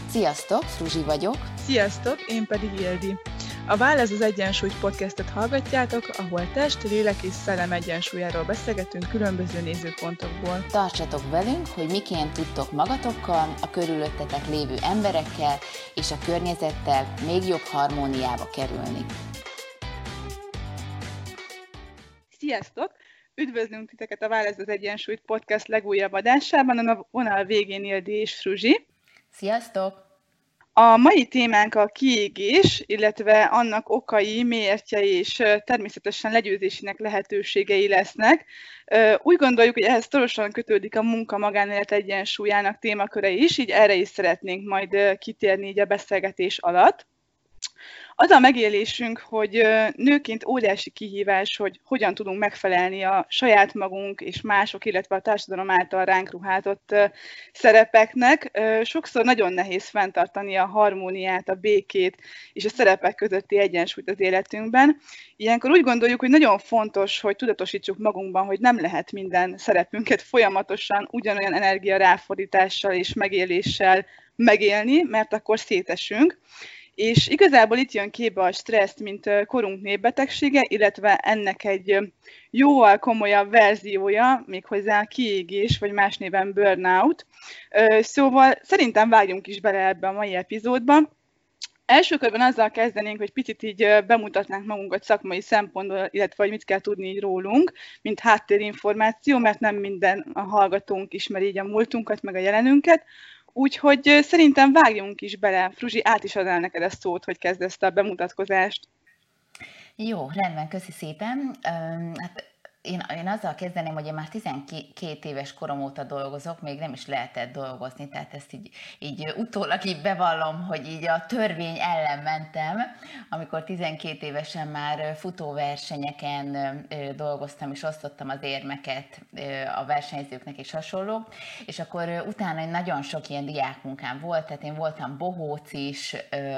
Sziasztok, Fruzsi vagyok. Sziasztok, én pedig Ildi. A Válasz az Egyensúly podcastet hallgatjátok, ahol test, lélek és szellem egyensúlyáról beszélgetünk különböző nézőpontokból. Tartsatok velünk, hogy miként tudtok magatokkal, a körülöttetek lévő emberekkel és a környezettel még jobb harmóniába kerülni. Sziasztok! Üdvözlünk titeket a Válasz az Egyensúly podcast legújabb adásában, a vonal végén Ildi és Fruzsi. Sziasztok! A mai témánk a kiégés, illetve annak okai, miértjei és természetesen legyőzésének lehetőségei lesznek. Úgy gondoljuk, hogy ehhez szorosan kötődik a munka-magánélet egyensúlyának témaköre is, így erre is szeretnénk majd kitérni így a beszélgetés alatt. Az a megélésünk, hogy nőként óriási kihívás, hogy hogyan tudunk megfelelni a saját magunk és mások, illetve a társadalom által ránk ruházott szerepeknek. Sokszor nagyon nehéz fenntartani a harmóniát, a békét és a szerepek közötti egyensúlyt az életünkben. Ilyenkor úgy gondoljuk, hogy nagyon fontos, hogy tudatosítsuk magunkban, hogy nem lehet minden szerepünket folyamatosan ugyanolyan energiaráfordítással és megéléssel megélni, mert akkor szétesünk. És igazából itt jön képbe a stressz, mint korunk népbetegsége, illetve ennek egy jóval komolyabb verziója, méghozzá a kiégés, vagy más néven burnout. Szóval szerintem vágjunk is bele ebbe a mai epizódba. Első körben azzal kezdenénk, hogy picit így bemutatnánk magunkat szakmai szempontból, illetve hogy mit kell tudni így rólunk, mint háttérinformáció, mert nem minden a hallgatónk ismeri így a múltunkat, meg a jelenünket. Úgyhogy szerintem vágjunk is bele. Fruzsi, át is adnál neked a szót, hogy kezd ezt a bemutatkozást. Jó, rendben, köszi szépen. Én azzal kezdeném, hogy én már 12 éves korom óta dolgozok, még nem is lehetett dolgozni, tehát ezt így utólag így bevallom, hogy így a törvény ellen mentem, amikor 12 évesen már futóversenyeken dolgoztam, és osztottam az érmeket a versenyzőknek és hasonló, és akkor utána nagyon sok ilyen diákmunkám volt, tehát én voltam bohóc is,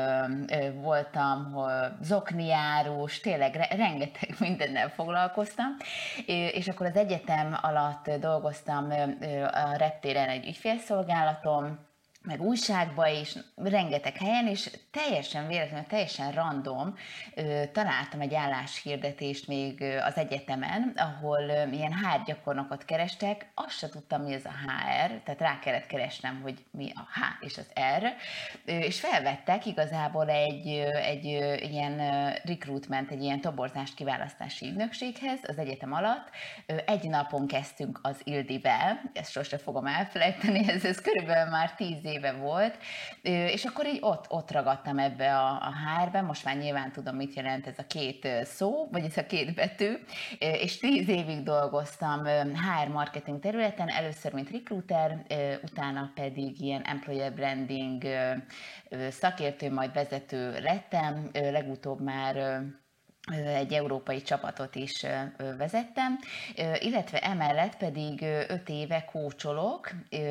voltam zokniárus, tényleg rengeteg mindennel foglalkoztam, és akkor az egyetem alatt dolgoztam a reptéren egy ügyfélszolgálaton, meg újságban is, rengeteg helyen, és teljesen véletlenül, teljesen random találtam egy álláshirdetést még az egyetemen, ahol ilyen HR gyakornokot kerestek, azt se tudtam, mi az a HR, tehát rá kellett keresnem, hogy mi a H és az R, és felvettek igazából egy ilyen recruitment, egy ilyen toborzást kiválasztási ügynökséghez az egyetem alatt. Egy napon kezdtünk az Ildivel, ezt sosem fogom elfelejteni, ez körülbelül már 10 éve volt, és akkor így ott ragadtam ebbe a HR-be, most már nyilván tudom, mit jelent ez a két szó, vagy ez a két betű, és 10 évig dolgoztam HR marketing területen, először mint recruiter, utána pedig ilyen employer branding szakértő, majd vezető lettem, legutóbb már egy európai csapatot is vezettem, illetve emellett pedig 5 éve coacholok,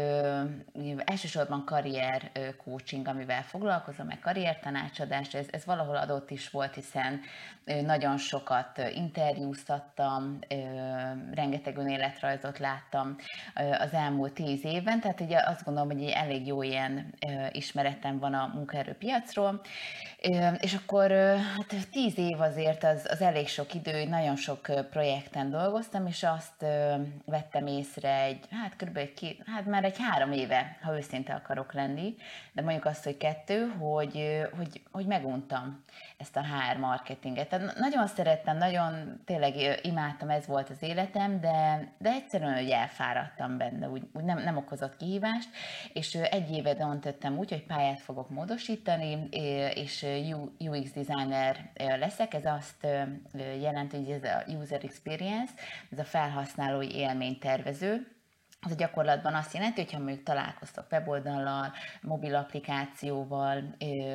elsősorban karrier coaching, amivel foglalkozom, meg karriertanácsadás, ez valahol adott is volt, hiszen nagyon sokat interjúztattam, rengeteg önéletrajzot láttam az elmúlt 10 évben, tehát ugye azt gondolom, hogy elég jó ilyen ismeretem van a munkaerőpiacról, és akkor hát 10 év azért az elég sok idő, nagyon sok projekten dolgoztam, és azt vettem észre már egy 3 éve, ha őszinte akarok lenni, de mondjuk azt, hogy 2, hogy meguntam ezt a HR marketinget. Tehát nagyon szerettem, nagyon tényleg imádtam, ez volt az életem, de egyszerűen, hogy elfáradtam benne, úgy nem okozott kihívást, és 1 éve döntöttem úgy, hogy pályát fogok módosítani, és UX designer leszek. Ez azt jelenti, hogy ez a user experience, ez a felhasználói élménytervező. Az a gyakorlatban azt jelenti, hogy ha mondjuk találkoztok weboldallal, mobil applikációval,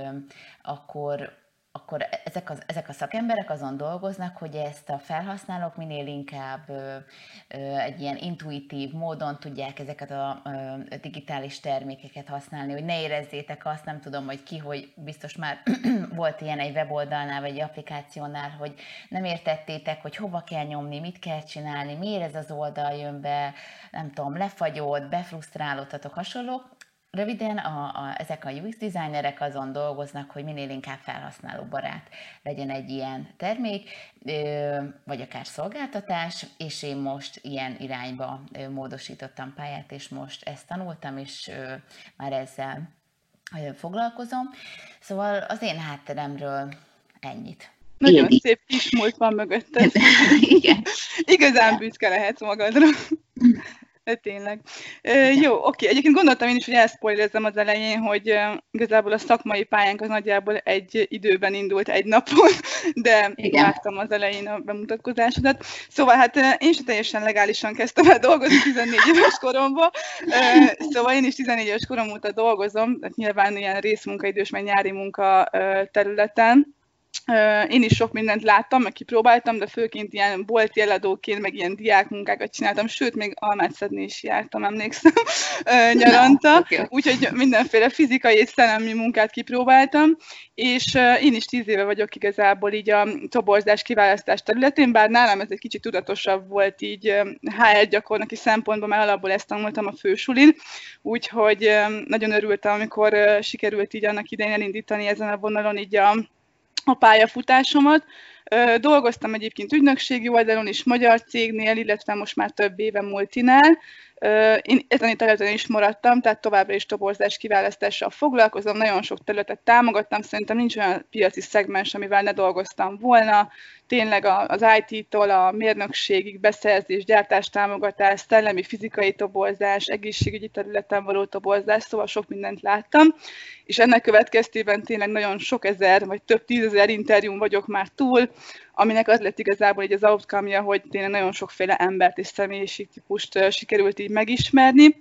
akkor ezek a szakemberek azon dolgoznak, hogy ezt a felhasználók minél inkább egy ilyen intuitív módon tudják ezeket a digitális termékeket használni, hogy ne érezzétek azt, nem tudom, hogy ki, hogy biztos már volt ilyen egy weboldalnál, vagy egy applikációnál, hogy nem értettétek, hogy hova kell nyomni, mit kell csinálni, miért ez az oldal jön be, nem tudom, lefagyott, befrusztrálódtatok, hasonlók. Röviden, ezek a UX designerek azon dolgoznak, hogy minél inkább felhasználóbarát legyen egy ilyen termék, vagy akár szolgáltatás, és én most ilyen irányba módosítottam pályát, és most ezt tanultam, és már ezzel foglalkozom. Szóval az én hátteremről ennyit. Nagyon szép kis múlt van mögötted. Igen. Igazán büszke lehetsz magadra. De tényleg. Jó, oké. Egyébként gondoltam én is, hogy elszpoilerezzem az elején, hogy igazából a szakmai pályánk az nagyjából egy időben indult, egy napon, de láttam az elején a bemutatkozásodat. Szóval hát én is teljesen legálisan kezdtem el dolgozni 14 éves koromban. Szóval én is 14 éves korom óta dolgozom, tehát nyilván ilyen részmunkaidős, meg nyári munka területen. Én is sok mindent láttam, meg kipróbáltam, de főként ilyen bolti eladóként, meg ilyen diákmunkákat csináltam, sőt, még almát szedni is jártam, emlékszem, nyaranta. Úgyhogy mindenféle fizikai és szellemi munkát kipróbáltam, és én is 10 éve vagyok igazából így a toborzás kiválasztás területén, bár nálam ez egy kicsit tudatosabb volt így HR gyakornoki szempontból, mert alapból ezt tanultam a fősulin, úgyhogy nagyon örültem, amikor sikerült így annak idején elindítani ezen a vonalon így a pályafutásomat. Dolgoztam egyébként ügynökségi oldalon is, magyar cégnél, illetve most már több éve multinál. Én ezen a területen is maradtam, tehát továbbra is toborzás kiválasztással foglalkozom, nagyon sok területet támogattam, szerintem nincs olyan piaci szegmens, amivel ne dolgoztam volna. Tényleg az IT-tól a mérnökségig, beszerzés, gyártástámogatás, szellemi, fizikai toborzás, egészségügyi területen való toborzás, szóval sok mindent láttam, és ennek következtében tényleg nagyon sok ezer, vagy több tízezer interjún vagyok már túl, aminek az lett igazából így az outcome-ja, hogy tényleg nagyon sokféle embert és személyiségtípust sikerült így megismerni.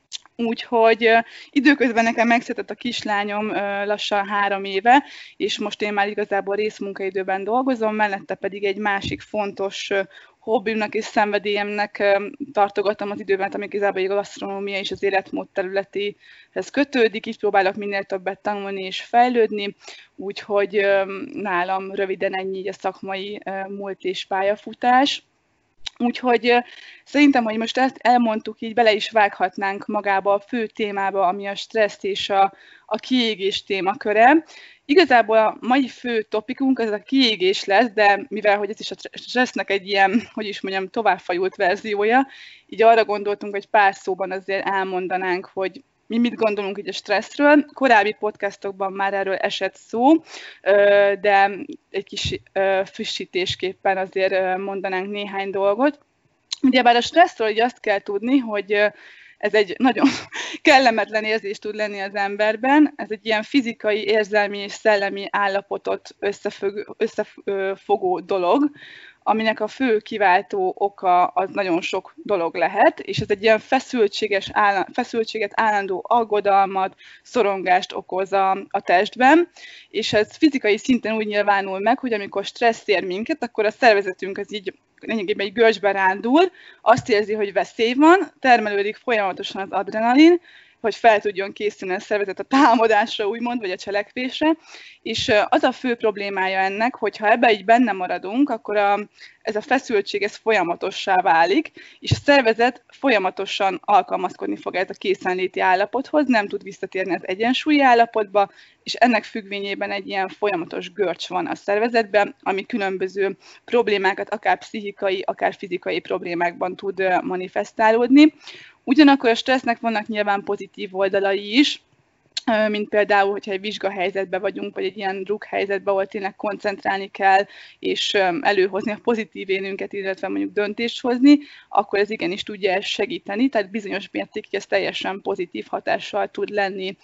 Úgyhogy időközben nekem megszületett a kislányom lassan 3 éve, és most én már igazából részmunkaidőben dolgozom, mellette pedig egy másik fontos hobbimnak és szenvedélyemnek tartogatom az időben, ami igazából a gasztronómia és az életmód területéhez kötődik, így próbálok minél többet tanulni és fejlődni, úgyhogy nálam röviden ennyi a szakmai múlt és pályafutás. Úgyhogy szerintem, hogy most ezt elmondtuk, így bele is vághatnánk magába a fő témába, ami a stressz és a kiégés témaköre. Igazából a mai fő topikunk az a kiégés lesz, de mivel hogy ez is a stressznek egy ilyen, hogy is mondjam, továbbfajult verziója, így arra gondoltunk, hogy pár szóban azért elmondanánk, hogy mi mit gondolunk így a stresszről. Korábbi podcastokban már erről esett szó, de egy kis frissítésképpen azért mondanánk néhány dolgot. Ugyebár a stresszről így azt kell tudni, hogy ez egy nagyon kellemetlen érzés tud lenni az emberben. Ez egy ilyen fizikai, érzelmi és szellemi állapotot összefogó dolog, aminek a fő kiváltó oka az nagyon sok dolog lehet, és ez egy ilyen feszültséget, állandó aggodalmat, szorongást okoz a testben, és ez fizikai szinten úgy nyilvánul meg, hogy amikor stressz ér minket, akkor a szervezetünk az így lényegében egy görcsbe rándul, azt érzi, hogy veszély van, termelődik folyamatosan az adrenalin, hogy fel tudjon készülni a szervezet a támadásra, úgymond, vagy a cselekvésre. És az a fő problémája ennek, hogy ha ebbe így benne maradunk, akkor ez a feszültség ez folyamatossá válik, és a szervezet folyamatosan alkalmazkodni fog ez a készenléti állapothoz, nem tud visszatérni az egyensúlyi állapotba, és ennek függvényében egy ilyen folyamatos görcs van a szervezetben, ami különböző problémákat, akár pszichikai, akár fizikai problémákban tud manifestálódni. Ugyanakkor a stressznek vannak nyilván pozitív oldalai is, mint például, hogyha egy vizsgahelyzetben vagyunk, vagy egy ilyen drukkhelyzetben, ahol tényleg koncentrálni kell, és előhozni a pozitív élünket, illetve mondjuk döntést hozni, akkor ez igenis tudja ezt segíteni, tehát bizonyos mértékig ez teljesen pozitív hatással tud lenni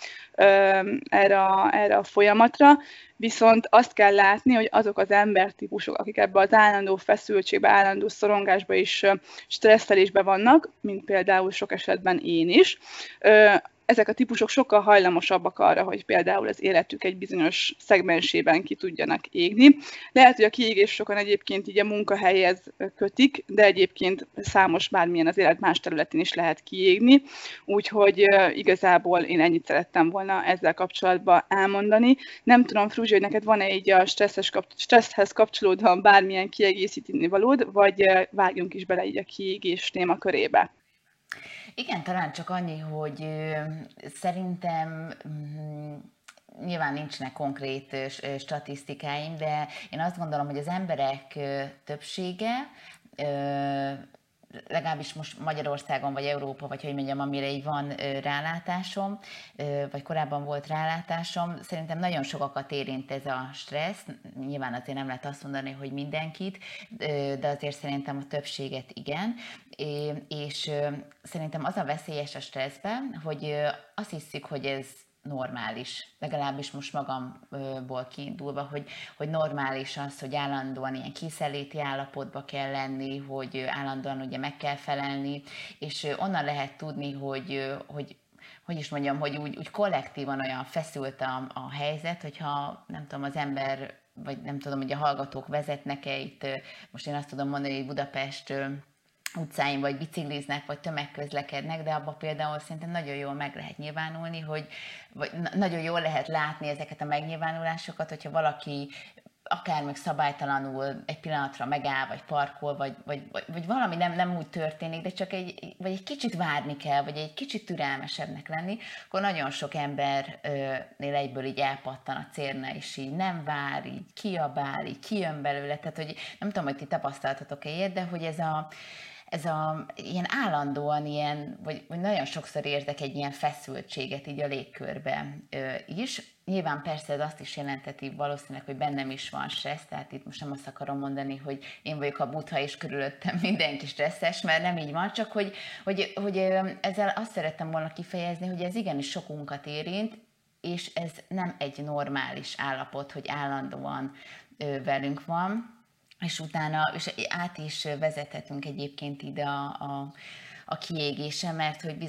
erre a folyamatra. Viszont azt kell látni, hogy azok az embertípusok, akik ebbe az állandó feszültségbe, állandó szorongásba és stresszelésbe vannak, mint például sok esetben én is, ezek a típusok sokkal hajlamosabbak arra, hogy például az életük egy bizonyos szegmensében ki tudjanak égni. Lehet, hogy a kiégés sokan egyébként így a munkahelyhez kötik, de egyébként számos bármilyen az élet más területén is lehet kiégni. Úgyhogy igazából én ennyit szerettem volna ezzel kapcsolatban elmondani. Nem tudom, Fruzsi, hogy neked van-e így a stresszhez kapcsolódóan bármilyen kiegészíteni valód, vagy vágjunk is bele így a kiégés témakörébe? Igen, talán csak annyi, hogy szerintem nyilván nincsenek konkrét statisztikáim, de én azt gondolom, hogy az emberek többsége, legalábbis most Magyarországon, vagy Európa, vagy hogy mondjam, amire így van rálátásom, vagy korábban volt rálátásom, szerintem nagyon sokakat érint ez a stressz. Nyilván azért nem lehet azt mondani, hogy mindenkit, de azért szerintem a többséget igen. És szerintem az a veszélyes a stresszben, hogy azt hiszük, hogy ez normális, legalábbis most magamból kiindulva, hogy normális az, hogy állandóan ilyen készenléti állapotba kell lenni, hogy állandóan ugye meg kell felelni, és onnan lehet tudni, hogy is mondjam, hogy úgy kollektívan olyan feszült a helyzet, hogyha nem tudom, az ember, vagy nem tudom, hogy a hallgatók vezetnek-e itt, most én azt tudom mondani, hogy Budapest utcáin, vagy bicikliznek, vagy tömegközlekednek, de abban például szerintem nagyon jól meg lehet nyilvánulni, vagy nagyon jól lehet látni ezeket a megnyilvánulásokat, hogyha valaki akár még szabálytalanul egy pillanatra megáll, vagy parkol, vagy valami nem úgy történik, de csak vagy egy kicsit várni kell, vagy egy kicsit türelmesebbnek lenni, akkor nagyon sok embernél egyből így elpattan a cérna, és így nem vár, így kiabál, így kijön belőle. Tehát, hogy nem tudom, hogy ti tapasztaltatok-e ilyet, de hogy ez a ilyen állandóan ilyen, vagy nagyon sokszor érzek egy ilyen feszültséget így a légkörbe is. Nyilván persze ez azt is jelenteti valószínűleg, hogy bennem is van stressz, tehát itt most nem azt akarom mondani, hogy én vagyok a Buddha és körülöttem mindenki stresszes, mert nem így van, csak hogy ezzel azt szerettem volna kifejezni, hogy ez igenis sokunkat érint, és ez nem egy normális állapot, hogy állandóan velünk van, és utána és át is vezethetünk egyébként ide a kiégése, mert hogy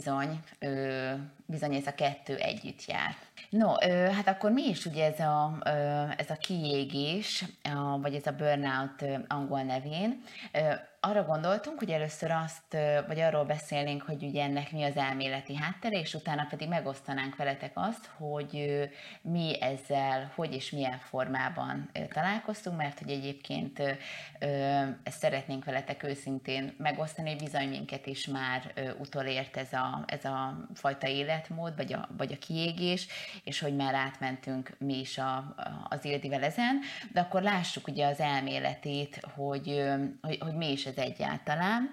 bizony ez a kettő együtt jár. No, hát akkor mi is ugye ez a kiégés, vagy ez a burnout angol nevén. Arra gondoltunk, hogy először vagy arról beszélnénk, hogy ugye ennek mi az elméleti háttere, és utána pedig megosztanánk veletek azt, hogy mi ezzel, hogy és milyen formában találkoztunk, mert hogy egyébként ezt szeretnénk veletek őszintén megosztani, hogy bizony minket is már utolért ez a fajta életmód, vagy a kiégés, és hogy már átmentünk mi is az Ildivel ezen, de akkor lássuk ugye az elméletét, hogy mi is ez egyáltalán.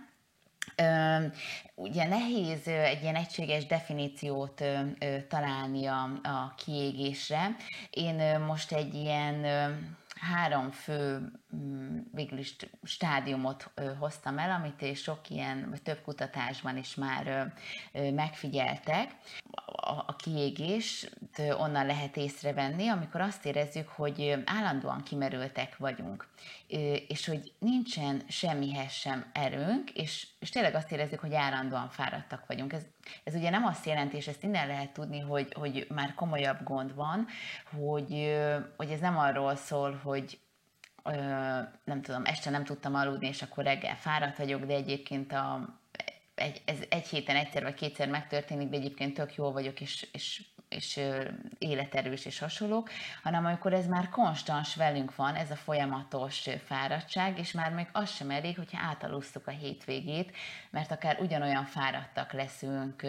Ugye nehéz egy ilyen egységes definíciót találni a kiégésre. Én most egy ilyen 3 fő végül is stádiumot hoztam el, amit sok ilyen, vagy több kutatásban is már megfigyeltek. A kiégést onnan lehet észrevenni, amikor azt érezzük, hogy állandóan kimerültek vagyunk, és hogy nincsen semmihez sem erőnk, és tényleg azt érezzük, hogy állandóan fáradtak vagyunk. Ez ugye nem azt jelenti, és ezt innen lehet tudni, hogy már komolyabb gond van, hogy ez nem arról szól, hogy nem tudom, este nem tudtam aludni, és akkor reggel fáradt vagyok, de egyébként ez egy héten egyszer vagy kétszer megtörténik, de egyébként tök jól vagyok, és életerős és hasonlók, hanem amikor ez már konstans velünk van, ez a folyamatos fáradtság, és már még az sem elég, hogyha átalusszuk a hétvégét, mert akár ugyanolyan fáradtak leszünk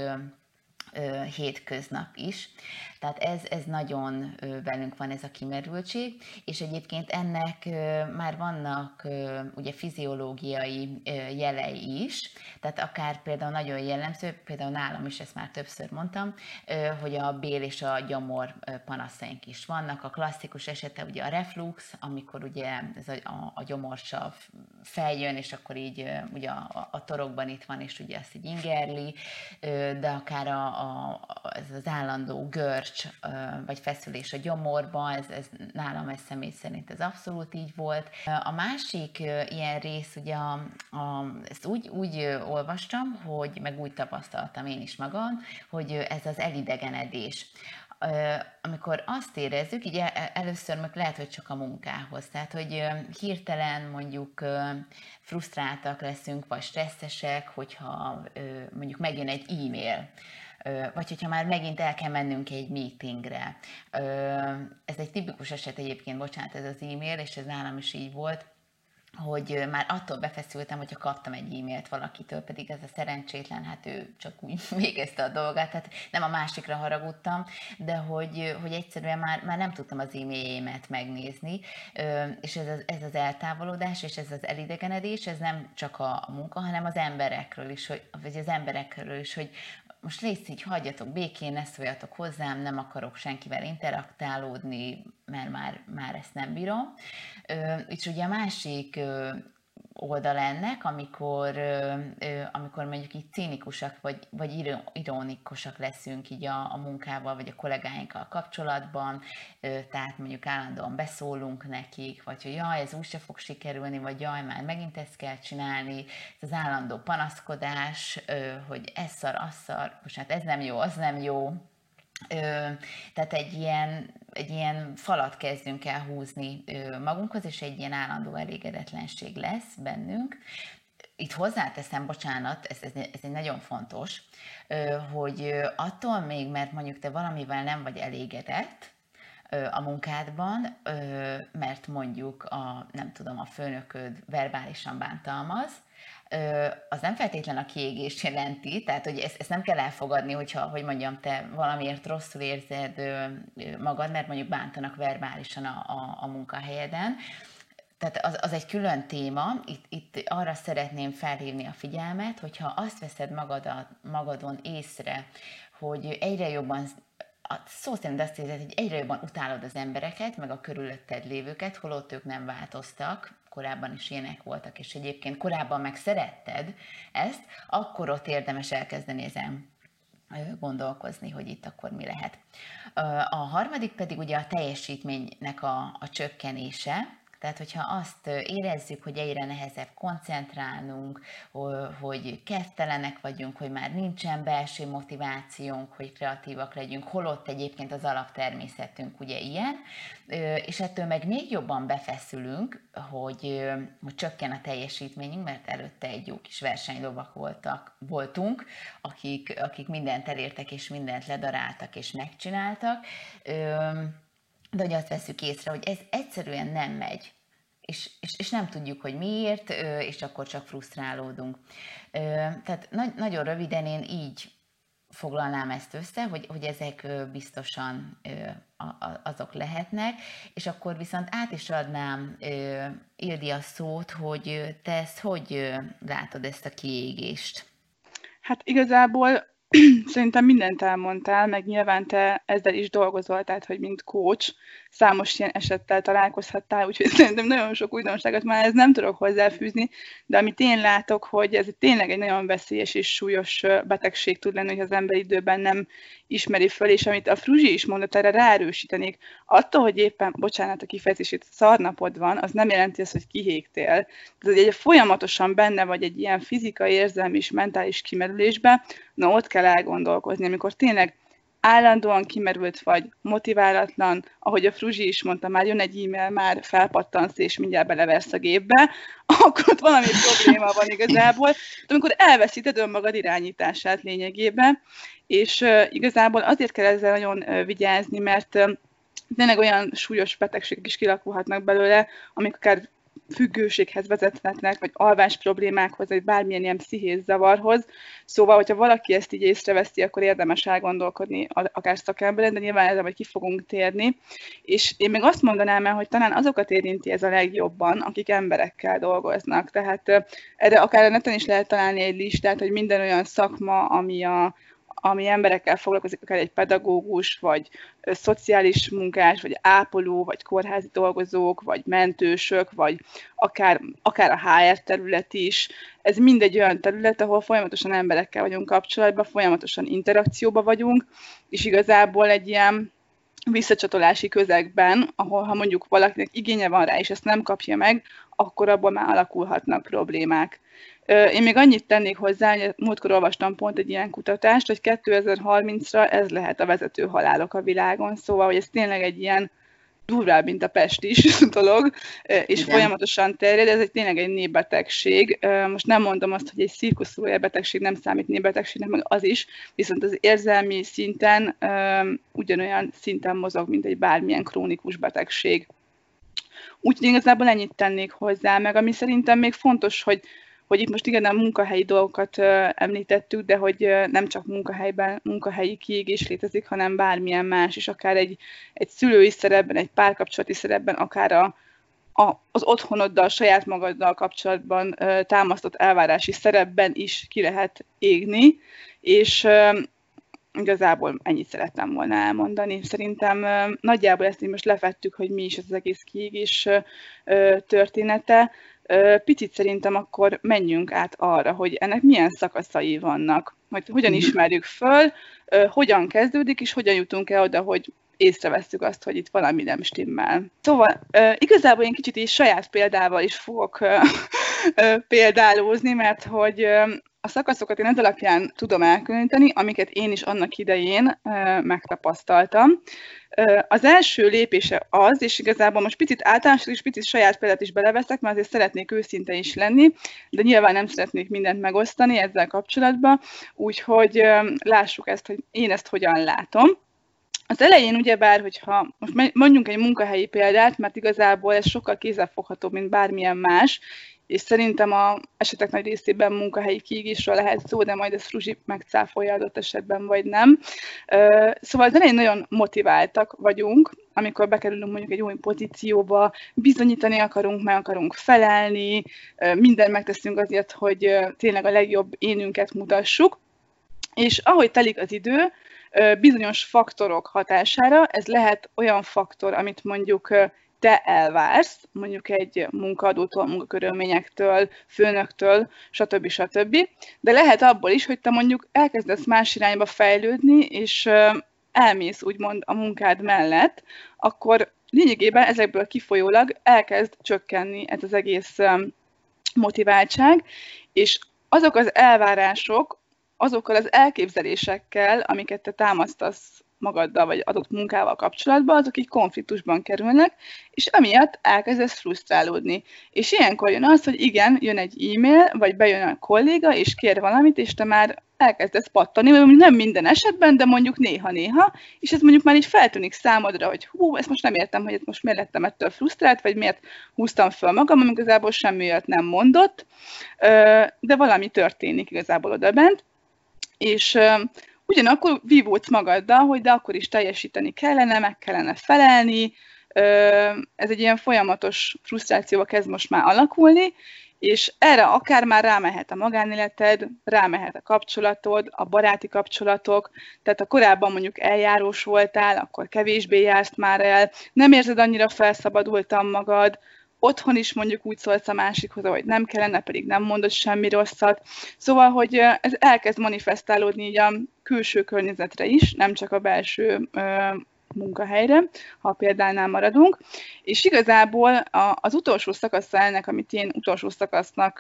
hétköznap is. Tehát ez nagyon velünk van, ez a kimerültség, és egyébként ennek már vannak ugye fiziológiai jelei is, tehát akár például nagyon jellemző, például nálam is, ezt már többször mondtam, hogy a bél és a gyomor panaszaink is vannak. A klasszikus esete ugye a reflux, amikor ugye ez a gyomorsav feljön, és akkor így ugye a torokban itt van, és ugye azt így ingerli, de akár ez az állandó görcs, vagy feszülés a gyomorban, ez nálam személy szerint ez abszolút így volt. A másik ilyen rész, ugye ezt úgy olvastam, hogy meg úgy tapasztaltam én is magam, hogy ez az elidegenedés. Amikor azt érezzük, így először meg lehet, hogy csak a munkához, tehát hogy hirtelen mondjuk frusztráltak leszünk, vagy stresszesek, hogyha mondjuk megjön egy e-mail, vagy hogyha már megint el kell mennünk egy meetingre. Ez egy tipikus eset egyébként, bocsánat, ez az e-mail, és ez nálam is így volt, hogy már attól befeszültem, hogyha kaptam egy e-mailt valakitől, pedig ez a szerencsétlen, hát ő csak úgy végezte a dolgát, tehát nem a másikra haragudtam, de hogy egyszerűen már nem tudtam az e-mailjémet megnézni, és ez az eltávolodás, és ez az elidegenedés, ez nem csak a munka, hanem az emberekről is, vagy az emberekről is, hogy most légy így, hagyjatok békén, ne szóljatok hozzám, nem akarok senkivel interaktálódni, mert már ezt nem bírom. És ugye a másik oldal ennek, amikor mondjuk így cínikusak, vagy ironikusak leszünk így a munkával, vagy a kollégáinkkal kapcsolatban, tehát mondjuk állandóan beszólunk nekik, vagy hogy jaj, ez úgyse fog sikerülni, vagy jaj, már megint ezt kell csinálni, ez az állandó panaszkodás, hogy ez szar, az szar, most hát ez nem jó, az nem jó. Tehát egy ilyen falat kezdünk el húzni magunkhoz, és egy ilyen állandó elégedetlenség lesz bennünk. Itt hozzáteszem, bocsánat, ez egy nagyon fontos, hogy attól még, mert mondjuk te valamivel nem vagy elégedett a munkádban, mert mondjuk nem tudom, a főnököd verbálisan bántalmaz, az nem feltétlen a kiégést jelenti, tehát hogy ezt nem kell elfogadni, hogy mondjam, te valamiért rosszul érzed magad, mert mondjuk bántanak verbálisan a munkahelyeden. Tehát az egy külön téma, itt arra szeretném felhívni a figyelmet, hogyha azt veszed magadon észre, hogy egyre jobban, szó szerint azt érzed, hogy egyre jobban utálod az embereket, meg a körülötted lévőket, holott ők nem változtak, korábban is ilyenek voltak, és egyébként korábban meg szeretted ezt, akkor ott érdemes elkezdeni ezen gondolkozni, hogy itt akkor mi lehet. A harmadik pedig ugye a teljesítménynek a csökkenése, tehát, hogyha azt érezzük, hogy egyre nehezebb koncentrálnunk, hogy kedvtelenek vagyunk, hogy már nincsen belső motivációnk, hogy kreatívak legyünk, holott egyébként az alaptermészetünk ugye ilyen, és ettől meg még jobban befeszülünk, hogy csökken a teljesítményünk, mert előtte egy jó kis versenylovak voltunk, akik mindent elértek, és mindent ledaráltak, és megcsináltak, de hogy azt veszük észre, hogy ez egyszerűen nem megy, és nem tudjuk, hogy miért, és akkor csak frusztrálódunk. Tehát nagyon röviden én így foglalnám ezt össze, hogy ezek biztosan azok lehetnek, és akkor viszont át is adnám Ildi a szót, hogy te ezt hogy látod, ezt a kiégést? Hát igazából szerintem mindent elmondtál, meg nyilván te ezzel is dolgozol, tehát hogy mint coach számos ilyen esettel találkozhattál, úgyhogy szerintem nagyon sok újdonságot már ez nem tudok hozzáfűzni, de amit én látok, hogy ez tényleg egy nagyon veszélyes és súlyos betegség tud lenni, hogy az ember időben nem ismeri föl, és amit a Fruzsi is mondott, erre ráerősítenék, attól, hogy éppen, bocsánat a kifejezését, szarnapod van, az nem jelenti azt, hogy kihégtél. Tehát, hogy egy folyamatosan benne vagy egy ilyen fizikai, érzelmi és mentális kimerülésben, na ott kell elgondolkozni, amikor tényleg állandóan kimerült vagy, motiválatlan, ahogy a Fruzsi is mondta, már jön egy e-mail, már felpattansz és mindjárt beleversz a gépbe, akkor ott valami probléma van igazából, de amikor elveszíted önmagad irányítását lényegében, és igazából azért kell ezzel nagyon vigyázni, mert tényleg olyan súlyos betegségek is kilakulhatnak belőle, amik akár függőséghez vezethetnek, vagy alvás problémákhoz, vagy bármilyen ilyen pszichés zavarhoz. Szóval, hogyha valaki ezt így észreveszi, akkor érdemes elgondolkodni akár szakemberen, de nyilván ezzel majd ki fogunk térni. És én még azt mondanám el, hogy talán azokat érinti ez a legjobban, akik emberekkel dolgoznak. Tehát erre akár a neten is lehet találni egy listát, hogy minden olyan szakma, ami emberekkel foglalkozik, akár egy pedagógus, vagy szociális munkás, vagy ápoló, vagy kórházi dolgozók, vagy mentősök, vagy akár a HR terület is. Ez mindegy olyan terület, ahol folyamatosan emberekkel vagyunk kapcsolatban, folyamatosan interakcióban vagyunk, és igazából egy ilyen visszacsatolási közegben, ahol ha mondjuk valakinek igénye van rá, és ezt nem kapja meg, akkor abból már alakulhatnak problémák. Én még annyit tennék hozzá, hogy múltkor olvastam pont egy ilyen kutatást, hogy 2030-ra ez lehet a vezető halálok a világon, szóval, hogy ez tényleg egy ilyen durvább, mint a pest is dolog, és igen, folyamatosan terjed, ez tényleg egy népbetegség. Most nem mondom azt, hogy egy szívkoszorúja betegség nem számít népbetegségnek, meg az is, viszont az érzelmi szinten ugyanolyan szinten mozog, mint egy bármilyen krónikus betegség. Úgyhogy igazából ennyit tennék hozzá, meg ami szerintem még fontos, hogy itt most igen a munkahelyi dolgokat említettük, de hogy nem csak munkahelyben, munkahelyi kiégés létezik, hanem bármilyen más is, akár egy szülői szerepben, egy párkapcsolati szerepben, akár az otthonoddal, saját magaddal kapcsolatban támasztott elvárási szerepben is ki lehet égni, és igazából ennyit szerettem volna elmondani. Szerintem nagyjából ezt így most lefettük, hogy mi is az egész kiégés története. Picit szerintem akkor menjünk át arra, hogy ennek milyen szakaszai vannak, hogy hogyan ismerjük föl, hogyan kezdődik, és hogyan jutunk el oda, hogy észrevesszük azt, hogy itt valami nem stimmel. Szóval igazából én kicsit is saját példával is fogok példálózni, mert hogy a szakaszokat én ez alapján tudom elkülöníteni, amiket én is annak idején megtapasztaltam. Az első lépése az, és igazából most picit általános és picit saját példát is beleveszek, mert azért szeretnék őszinte is lenni, de nyilván nem szeretnék mindent megosztani ezzel kapcsolatban, úgyhogy lássuk ezt, hogy én ezt hogyan látom. Az elején ugyebár, hogyha most mondjunk egy munkahelyi példát, mert igazából ez sokkal kézzelfoghatóbb, mint bármilyen más, és szerintem az esetek nagy részében munkahelyi kiégésről lehet szó, de majd ezt Fruzsi megcáfolja adott esetben, vagy nem. Szóval az elején nagyon motiváltak vagyunk, amikor bekerülünk mondjuk egy új pozícióba, bizonyítani akarunk, meg akarunk felelni, mindent megteszünk azért, hogy tényleg a legjobb énünket mutassuk, és ahogy telik az idő, bizonyos faktorok hatására, ez lehet olyan faktor, amit mondjuk te elvársz, mondjuk egy munkaadótól, munkakörülményektől, főnöktől, stb. De lehet abból is, hogy te mondjuk elkezdesz más irányba fejlődni, és elmész úgymond a munkád mellett, akkor lényegében ezekből kifolyólag elkezd csökkenni ez az egész motiváltság, és azok az elvárások, azokkal az elképzelésekkel, amiket te támasztasz magaddal, vagy adott munkával kapcsolatban, azok így konfliktusban kerülnek, és emiatt elkezdesz frusztrálódni. És ilyenkor jön az, hogy igen, jön egy e-mail, vagy bejön a kolléga, és kér valamit, és te már elkezdesz pattani, vagy nem minden esetben, de mondjuk néha-néha, és ez mondjuk már így feltűnik számodra, hogy hú, ezt most nem értem, hogy most miért lettem ettől frusztrált, vagy miért húztam föl magam, amikor igazából semmi olyat nem mondott, de valami történik igazából odabent, és ugyanakkor vívódsz magaddal, hogy de akkor is teljesíteni kellene, meg kellene felelni, ez egy ilyen folyamatos frusztrációba kezd most már alakulni, és erre akár már rámehet a magánéleted, rámehet a kapcsolatod, a baráti kapcsolatok, tehát ha korábban mondjuk eljárós voltál, akkor kevésbé jársz már el, nem érzed annyira felszabadultan magad, otthon is mondjuk úgy szólsz a másikhoz, hogy nem kellene, pedig nem mondod semmi rosszat. Szóval, hogy ez elkezd manifestálódni így a külső környezetre is, nem csak a belső munkahelyre, ha a példánál maradunk. És igazából az utolsó szakasza ennek, amit én utolsó szakasznak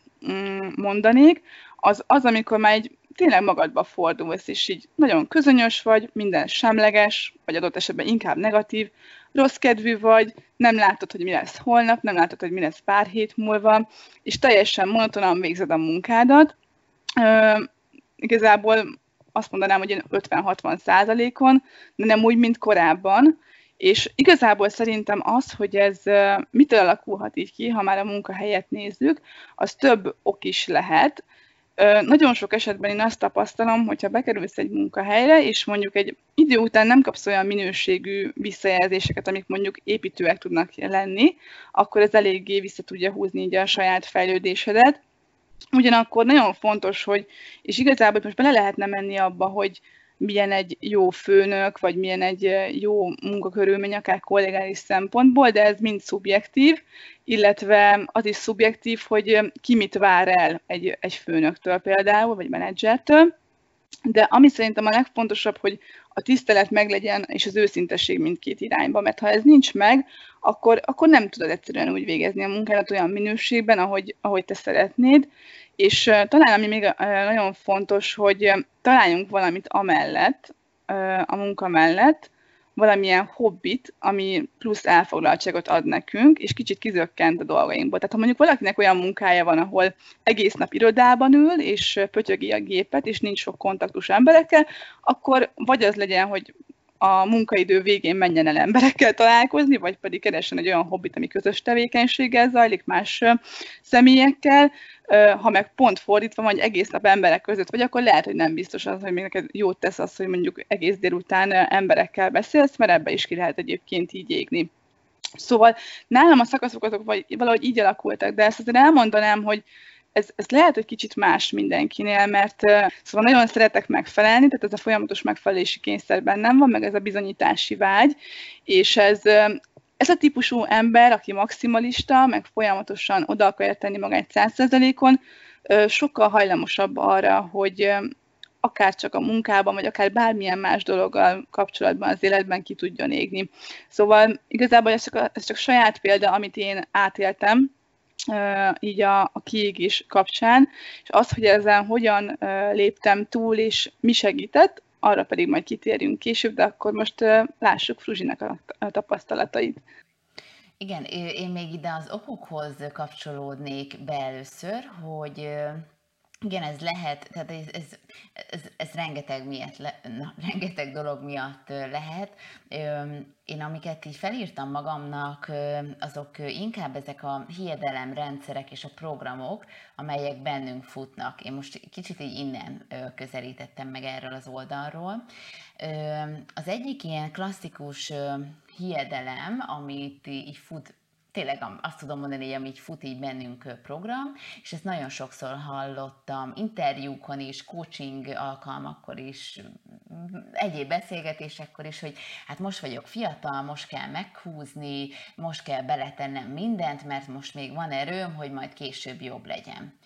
mondanék, az, amikor már egy tényleg magadba fordulsz, és így nagyon közönyös vagy, minden semleges, vagy adott esetben inkább negatív, rossz kedvű vagy, nem látod, hogy mi lesz holnap, nem látod, hogy mi lesz pár hét múlva, és teljesen monotonan végzed a munkádat. Igazából azt mondanám, hogy 50-60%-on, de nem úgy, mint korábban. És igazából szerintem az, hogy ez mitől alakulhat így ki, ha már a munkahelyet nézzük, az több ok is lehet. Nagyon sok esetben én azt tapasztalom, hogyha bekerülsz egy munkahelyre, és mondjuk egy idő után nem kapsz olyan minőségű visszajelzéseket, amik mondjuk építőek tudnak lenni, akkor ez eléggé vissza tudja húzni így a saját fejlődésedet. Ugyanakkor nagyon fontos, hogy, és igazából most bele lehetne menni abba, hogy milyen egy jó főnök, vagy milyen egy jó munkakörülmény, akár kollégális szempontból, de ez mind szubjektív, illetve az is szubjektív, hogy ki mit vár el egy főnöktől például, vagy menedzsertől. De ami szerintem a legfontosabb, hogy a tisztelet meglegyen, és az őszintesség mindkét irányba, mert ha ez nincs meg, akkor nem tudod egyszerűen úgy végezni a munkádat olyan minőségben, ahogy te szeretnéd. És talán ami még nagyon fontos, hogy találjunk valamit amellett, a munka mellett, valamilyen hobbit, ami plusz elfoglaltságot ad nekünk, és kicsit kizökkent a dolgainkból. Tehát ha mondjuk valakinek olyan munkája van, ahol egész nap irodában ül, és pötyögi a gépet, és nincs sok kontaktus emberekkel, akkor vagy az legyen, hogy a munkaidő végén menjen el emberekkel találkozni, vagy pedig keressen egy olyan hobbit, ami közös tevékenységgel zajlik más személyekkel. Ha meg pont fordítva vagy egész nap emberek között vagy, akkor lehet, hogy nem biztos az, hogy még neked jót tesz az, hogy mondjuk egész délután emberekkel beszélsz, mert ebbe is ki lehet egyébként így égni. Szóval nálam a szakaszok azok valahogy így alakultak, de ezt azért elmondanám, hogy ez lehet, hogy kicsit más mindenkinél, mert szóval nagyon szeretek megfelelni, tehát ez a folyamatos megfelelési kényszer bennem van, meg ez a bizonyítási vágy, és ez a típusú ember, aki maximalista, meg folyamatosan oda akarja tenni magát 100%-on, sokkal hajlamosabb arra, hogy akár csak a munkában, vagy akár bármilyen más dologgal kapcsolatban az életben ki tudjon égni. Szóval igazából ez csak saját példa, amit én átéltem, így a kiégés kapcsán, és az, hogy ezen hogyan léptem túl, és mi segített, arra pedig majd kitérjünk később, de akkor most lássuk Fruzsinak a tapasztalatait. Igen, én még ide az okokhoz kapcsolódnék be először, hogy igen, ez lehet, tehát ez rengeteg, rengeteg dolog miatt lehet. Én amiket így felírtam magamnak, azok inkább ezek a hiedelemrendszerek és a programok, amelyek bennünk futnak. Én most kicsit így innen közelítettem meg erről az oldalról. Az egyik ilyen klasszikus hiedelem, amit így fut, tényleg azt tudom mondani, hogy ami így fut így bennünk program, és ezt nagyon sokszor hallottam interjúkon is, coaching alkalmakkor is, egyéb beszélgetésekkor is, hogy hát most vagyok fiatal, most kell meghúzni, most kell beletennem mindent, mert most még van erőm, hogy majd később jobb legyen.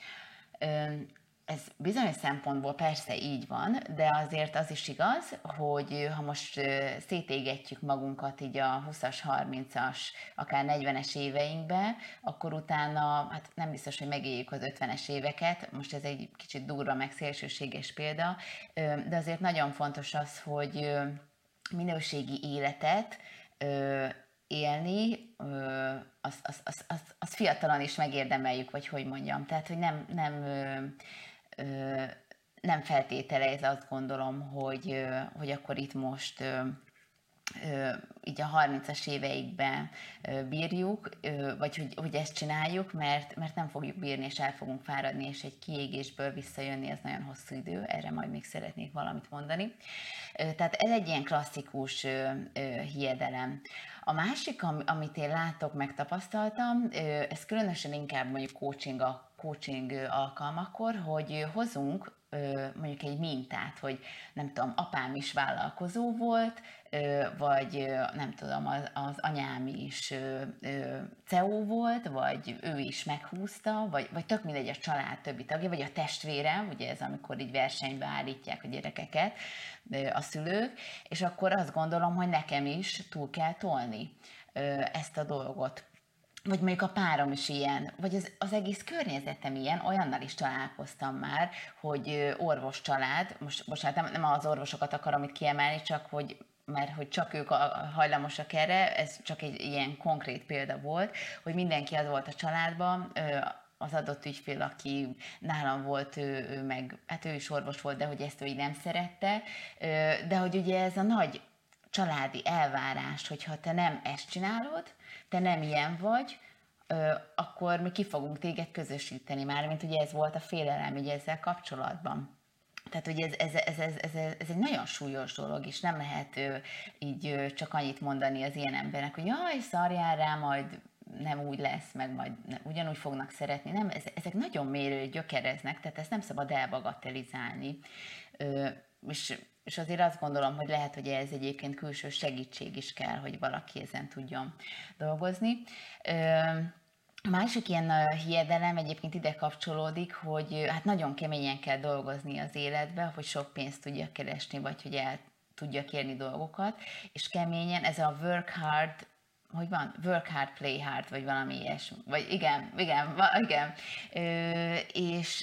Ez bizonyos szempontból persze így van, de azért az is igaz, hogy ha most szétégetjük magunkat így a 20-as, 30-as, akár 40-es éveinkbe, akkor utána, hát nem biztos, hogy megéljük az 50-es éveket, most ez egy kicsit durva, meg szélsőséges példa, de azért nagyon fontos az, hogy minőségi életet élni, azt fiatalon is megérdemeljük, vagy hogy mondjam. Tehát, hogy nem feltételez, azt gondolom, hogy akkor itt most így a 30-as éveikben bírjuk, vagy hogy ezt csináljuk, mert nem fogjuk bírni, és el fogunk fáradni, és egy kiégésből visszajönni, ez nagyon hosszú idő, erre majd még szeretnék valamit mondani. Tehát ez egy ilyen klasszikus hiedelem. A másik, amit én látok, megtapasztaltam, ez különösen inkább mondjuk coaching alkalmakkor, hogy hozunk mondjuk egy mintát, hogy nem tudom, apám is vállalkozó volt, vagy nem tudom, az anyám is CEO volt, vagy ő is meghúzta, vagy tök mindegy a család többi tagja, vagy a testvére, ugye ez amikor így versenybe állítják a gyerekeket a szülők, és akkor azt gondolom, hogy nekem is túl kell tolni ezt a dolgot. Vagy mondjuk a párom is ilyen, vagy az egész környezetem ilyen, olyannal is találkoztam már, hogy orvos család, most nem az orvosokat akarom itt kiemelni, mert hogy csak ők hajlamosak erre, ez csak egy ilyen konkrét példa volt, hogy mindenki az volt a családban, az adott ügyfél, aki nálam volt, ő meg, hát ő is orvos volt, de hogy ezt ő így nem szerette, de hogy ugye ez a nagy családi elvárás, hogyha te nem ezt csinálod, te nem ilyen vagy, akkor mi ki fogunk téged közösíteni már, mint ugye ez volt a félelem ugye ezzel kapcsolatban. Tehát, hogy ez egy nagyon súlyos dolog, és nem lehet így csak annyit mondani az ilyen embernek, hogy jaj, szarjál rá, majd nem úgy lesz, meg majd ugyanúgy fognak szeretni. Nem, ezek nagyon mérő gyökereznek, tehát ezt nem szabad elbagatelizálni. És azért azt gondolom, hogy lehet, hogy ez egyébként külső segítség is kell, hogy valaki ezen tudjon dolgozni. A másik ilyen hiedelem egyébként ide kapcsolódik, hogy hát nagyon keményen kell dolgozni az életbe, hogy sok pénzt tudja keresni, vagy hogy el tudja kérni dolgokat, és keményen ez a work hard, hogy van? Work hard, play hard, vagy valami ilyesmi. Vagy igen. És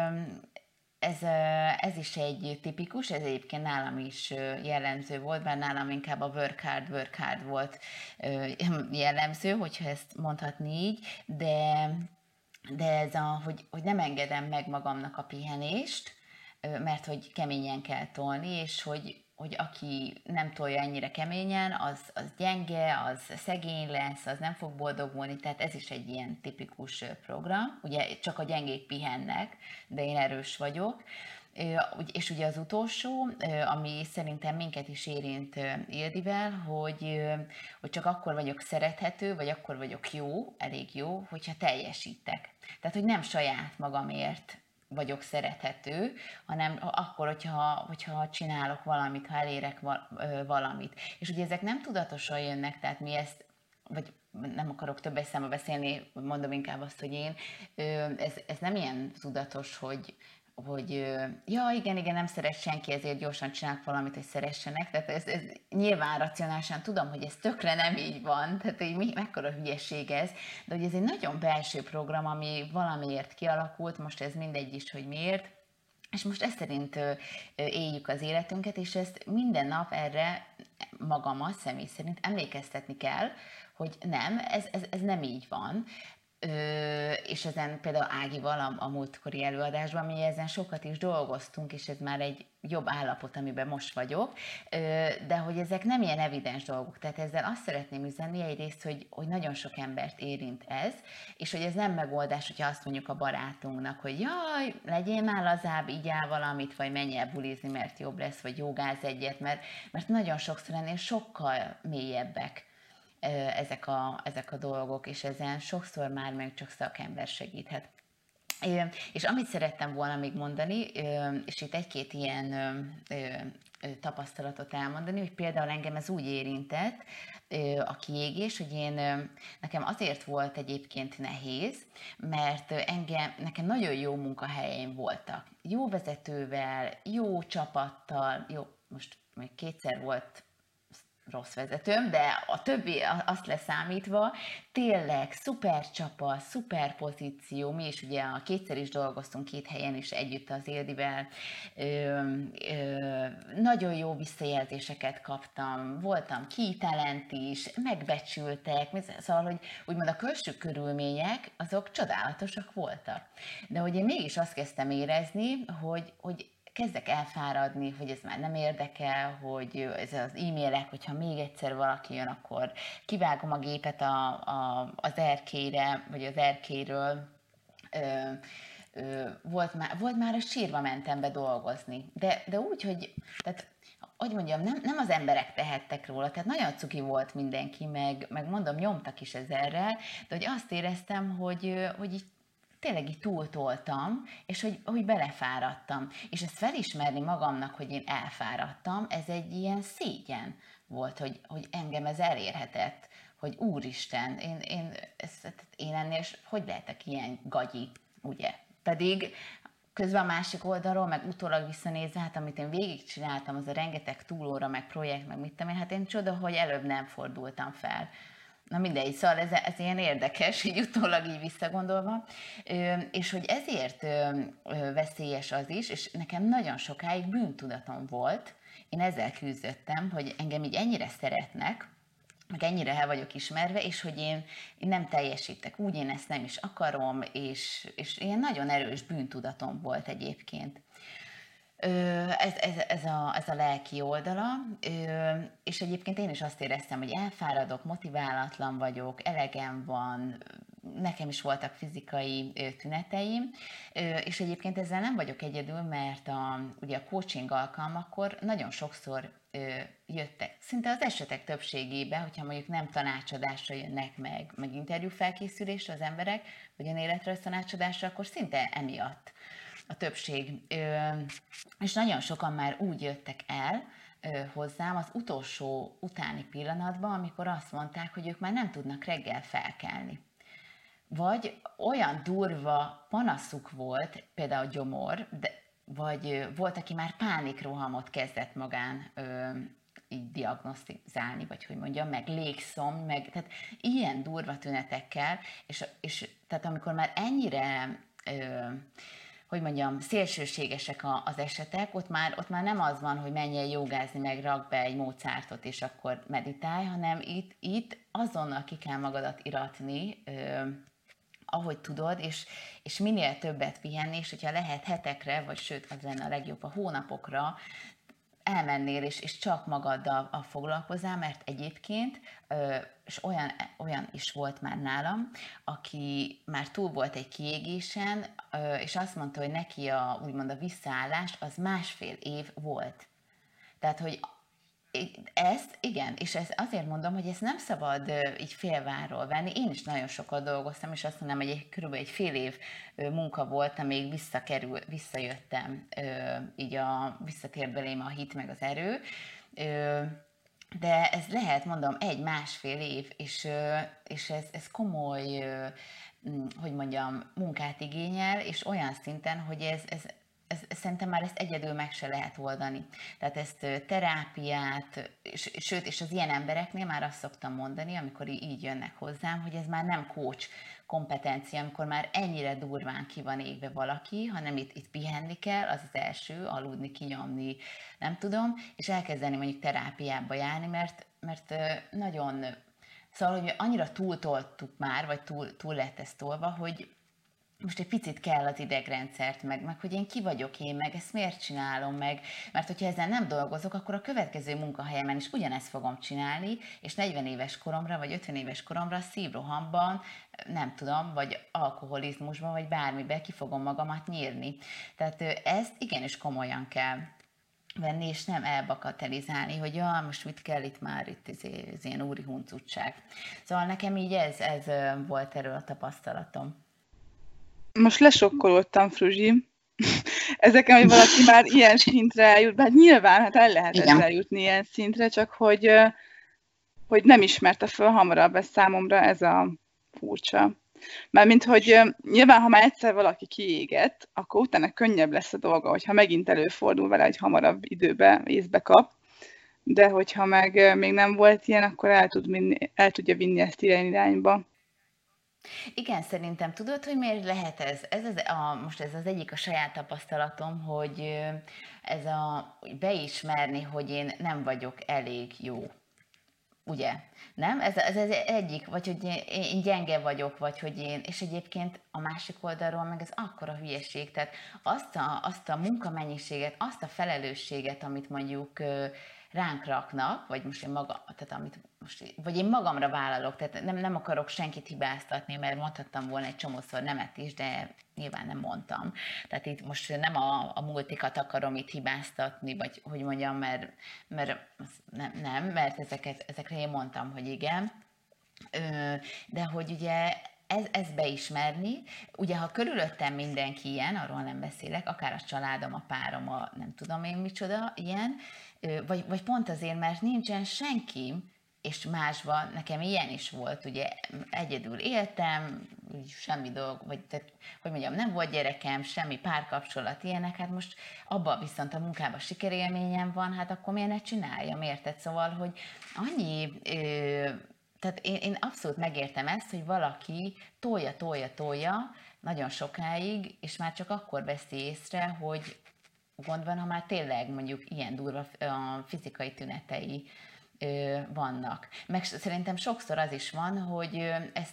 ez is egy tipikus, ez egyébként nálam is jellemző volt, bár nálam inkább a work hard volt jellemző, hogyha ezt mondhatni így, de ez hogy nem engedem meg magamnak a pihenést, mert hogy keményen kell tolni, és hogy hogy aki nem tolja ennyire keményen, az gyenge, az szegény lesz, az nem fog boldogulni, tehát ez is egy ilyen tipikus program. Ugye csak a gyengék pihennek, de én erős vagyok. És ugye az utolsó, ami szerintem minket is érint Ildivel, hogy csak akkor vagyok szerethető, vagy akkor vagyok jó, elég jó, hogyha teljesítek. Tehát, hogy nem saját magamért vagyok szerethető, hanem akkor, hogyha csinálok valamit, ha elérek valamit. És ugye ezek nem tudatosan jönnek, tehát mi ezt, vagy nem akarok többes számba beszélni, mondom inkább azt, hogy ez nem ilyen tudatos, hogy ja, igen, nem szeret senki, ezért gyorsan csinálok valamit, hogy szeressenek. Tehát ez nyilván racionálisan tudom, hogy ez tökre nem így van, tehát hogy mekkora hülyeség ez, de hogy ez egy nagyon belső program, ami valamiért kialakult, most ez mindegy is, hogy miért, és most ezt szerint éljük az életünket, és ezt minden nap erre magamat személy szerint emlékeztetni kell, hogy nem, ez nem így van. És ezen például Ágival a múltkori előadásban mi ezen sokat is dolgoztunk, és ez már egy jobb állapot, amiben most vagyok, de hogy ezek nem ilyen evidens dolgok. Tehát ezzel azt szeretném üzenni egyrészt, hogy nagyon sok embert érint ez, és hogy ez nem megoldás, hogyha azt mondjuk a barátunknak, hogy jaj, legyél már lazább, igyál valamit, vagy menj el bulizni, mert jobb lesz, vagy jogáz egyet, mert nagyon sokszor ennél sokkal mélyebbek ezek a dolgok, és ezen sokszor már meg csak szakember segíthet. És amit szerettem volna még mondani, és itt egy-két ilyen tapasztalatot elmondani, hogy például engem ez úgy érintett, a kiégés, hogy nekem azért volt egyébként nehéz, mert nekem nagyon jó munkahelyeim voltak. Jó vezetővel, jó csapattal, jó, most még kétszer volt rossz vezetőm, de a többi azt leszámítva, tényleg szuper csapat, szuper pozíció, mi is ugye kétszer is dolgoztunk 2 helyen is együtt az Ildivel, nagyon jó visszajelzéseket kaptam, voltam key talent is, megbecsültek, szóval, hogy úgymond a külső körülmények, azok csodálatosak voltak. De hogy én mégis azt kezdtem érezni, hogy kezdek elfáradni, hogy ez már nem érdekel, hogy ez az e-mailek, hogyha még egyszer valaki jön, akkor kivágom a gépet az erkélyre, vagy az erkélyről. Volt már, a sírva mentem be dolgozni. De úgy, hogy mondjam, nem az emberek tehettek róla, tehát nagyon cuki volt mindenki, meg mondom, nyomtak is ezerrel, de hogy azt éreztem, hogy így tényleg így túltoltam, és hogy belefáradtam. És ezt felismerni magamnak, hogy én elfáradtam, ez egy ilyen szégyen volt, hogy engem ez elérhetett, hogy úristen, én ennél, hogy lehetek ilyen gagyi, ugye? Pedig közben a másik oldalról, meg utólag visszanézve, hát amit én végigcsináltam, az a rengeteg túlóra, meg projekt, meg mit tudom én, hát én csoda, hogy előbb nem fordultam fel. Na mindegy, szóval ez ilyen érdekes, így utólag így visszagondolva, és hogy ezért veszélyes az is, és nekem nagyon sokáig bűntudatom volt, én ezzel küzdöttem, hogy engem így ennyire szeretnek, meg ennyire el vagyok ismerve, és hogy én nem teljesítek, úgy én ezt nem is akarom, és ilyen nagyon erős bűntudatom volt egyébként. Ez a lelki oldala, és egyébként én is azt éreztem, hogy elfáradok, motiválatlan vagyok, elegem van, nekem is voltak fizikai tüneteim, és egyébként ezzel nem vagyok egyedül, mert ugye a coaching alkalmakkor nagyon sokszor jöttek, szinte az esetek többségében, hogyha mondjuk nem tanácsadásra jönnek meg interjúfelkészülésre az emberek, vagy önéletrajz tanácsadásra, akkor szinte emiatt a többség. És nagyon sokan már úgy jöttek el hozzám az utolsó utáni pillanatban, amikor azt mondták, hogy ők már nem tudnak reggel felkelni. Vagy olyan durva panaszuk volt, például gyomor, vagy volt, aki már pánikrohamot kezdett magán így diagnosztizálni, vagy hogy mondjam, meg légszom, tehát ilyen durva tünetekkel, és tehát amikor már ennyire hogy mondjam, szélsőségesek az esetek, ott már nem az van, hogy menj el jogázni, meg rak be egy Mozartot, és akkor meditálj, hanem itt azonnal ki kell magadat iratni, ahogy tudod, és minél többet pihenni, és hogyha lehet hetekre, vagy sőt, az lenne a legjobb a hónapokra, elmennél, és csak magaddal foglalkozzál, mert egyébként, és olyan is volt már nálam, aki már túl volt egy kiégésen, és azt mondta, hogy neki úgymond a visszaállás az 1,5 év volt. Tehát, hogy ezt, igen, és ezt azért mondom, hogy ezt nem szabad így félvárról venni. Én is nagyon sokat dolgoztam, és azt mondom, hogy körülbelül egy fél év munka volt, amíg visszajöttem, így visszatért belém a hit meg az erő. De ez lehet, mondom, 1-1,5 év, és ez komoly, hogy mondjam, munkát igényel, és olyan szinten, hogy ez szerintem már ezt egyedül meg se lehet oldani. Tehát ezt terápiát, sőt, és az ilyen embereknél már azt szoktam mondani, amikor így jönnek hozzám, hogy ez már nem coach kompetencia, amikor már ennyire durván ki van égve valaki, hanem itt pihenni kell, az az első, aludni, kinyomni, nem tudom, és elkezdeni mondjuk terápiába járni, mert nagyon, szóval, hogy annyira túltoltuk már, vagy túl lett ez tolva, hogy most egy picit kell az idegrendszert, meg hogy én ki vagyok én, meg ezt miért csinálom meg, mert hogyha ezzel nem dolgozok, akkor a következő munkahelyemen is ugyanezt fogom csinálni, és 40 éves koromra, vagy 50 éves koromra szívrohamban, nem tudom, vagy alkoholizmusban, vagy bármiben ki fogom magamat nyírni. Tehát ezt igenis komolyan kell venni, és nem elbakatelizálni, hogy most mit kell itt már, itt ez ilyen úri huncutság. Szóval nekem így ez volt erről a tapasztalatom. Most lesokkolódtam, Fruzsi. Ezeken, hogy valaki már ilyen szintre eljut, bár nyilván hát el lehet ezzel jutni ilyen szintre, csak hogy nem ismerte föl hamarabb, ez számomra ez a furcsa. Mármint, hogy nyilván, ha már egyszer valaki kiégett, akkor utána könnyebb lesz a dolga, hogyha megint előfordul vele, hogy hamarabb észbe kap. De hogyha meg még nem volt ilyen, akkor el tudja vinni ezt ilyen irányba. Igen, szerintem tudod, hogy miért lehet ez? Most ez az egyik a saját tapasztalatom, hogy hogy beismerni, hogy én nem vagyok elég jó. Ugye? Nem? Ez egyik, vagy hogy én gyenge vagyok, vagy hogy és egyébként a másik oldalról meg ez akkora hülyeség, tehát azt a munkamennyiséget, azt a felelősséget, amit mondjuk ránk raknak, vagy most vagy én magamra vállalok, tehát nem akarok senkit hibáztatni, mert mondhattam volna egy csomószor nemet is, de nyilván nem mondtam. Tehát itt most nem a multikat akarom itt hibáztatni, vagy hogy mondjam, mert ezekre én mondtam, hogy igen. De hogy ugye ez beismerni, ugye ha körülöttem mindenki ilyen, arról nem beszélek, akár a családom, a párom, nem tudom én micsoda, ilyen, vagy pont azért, mert nincsen senki, és másban nekem ilyen is volt, ugye egyedül éltem, semmi dolg, vagy tehát, hogy mondjam, nem volt gyerekem, semmi párkapcsolat, ilyenek, hát most abban viszont a munkában sikerélményem van, hát akkor miért ne csináljam, érted? Szóval, hogy annyi... Tehát én abszolút megértem ezt, hogy valaki tolja nagyon sokáig, és már csak akkor veszi észre, hogy gond van, ha már tényleg mondjuk ilyen durva fizikai tünetei vannak. Meg szerintem sokszor az is van, hogy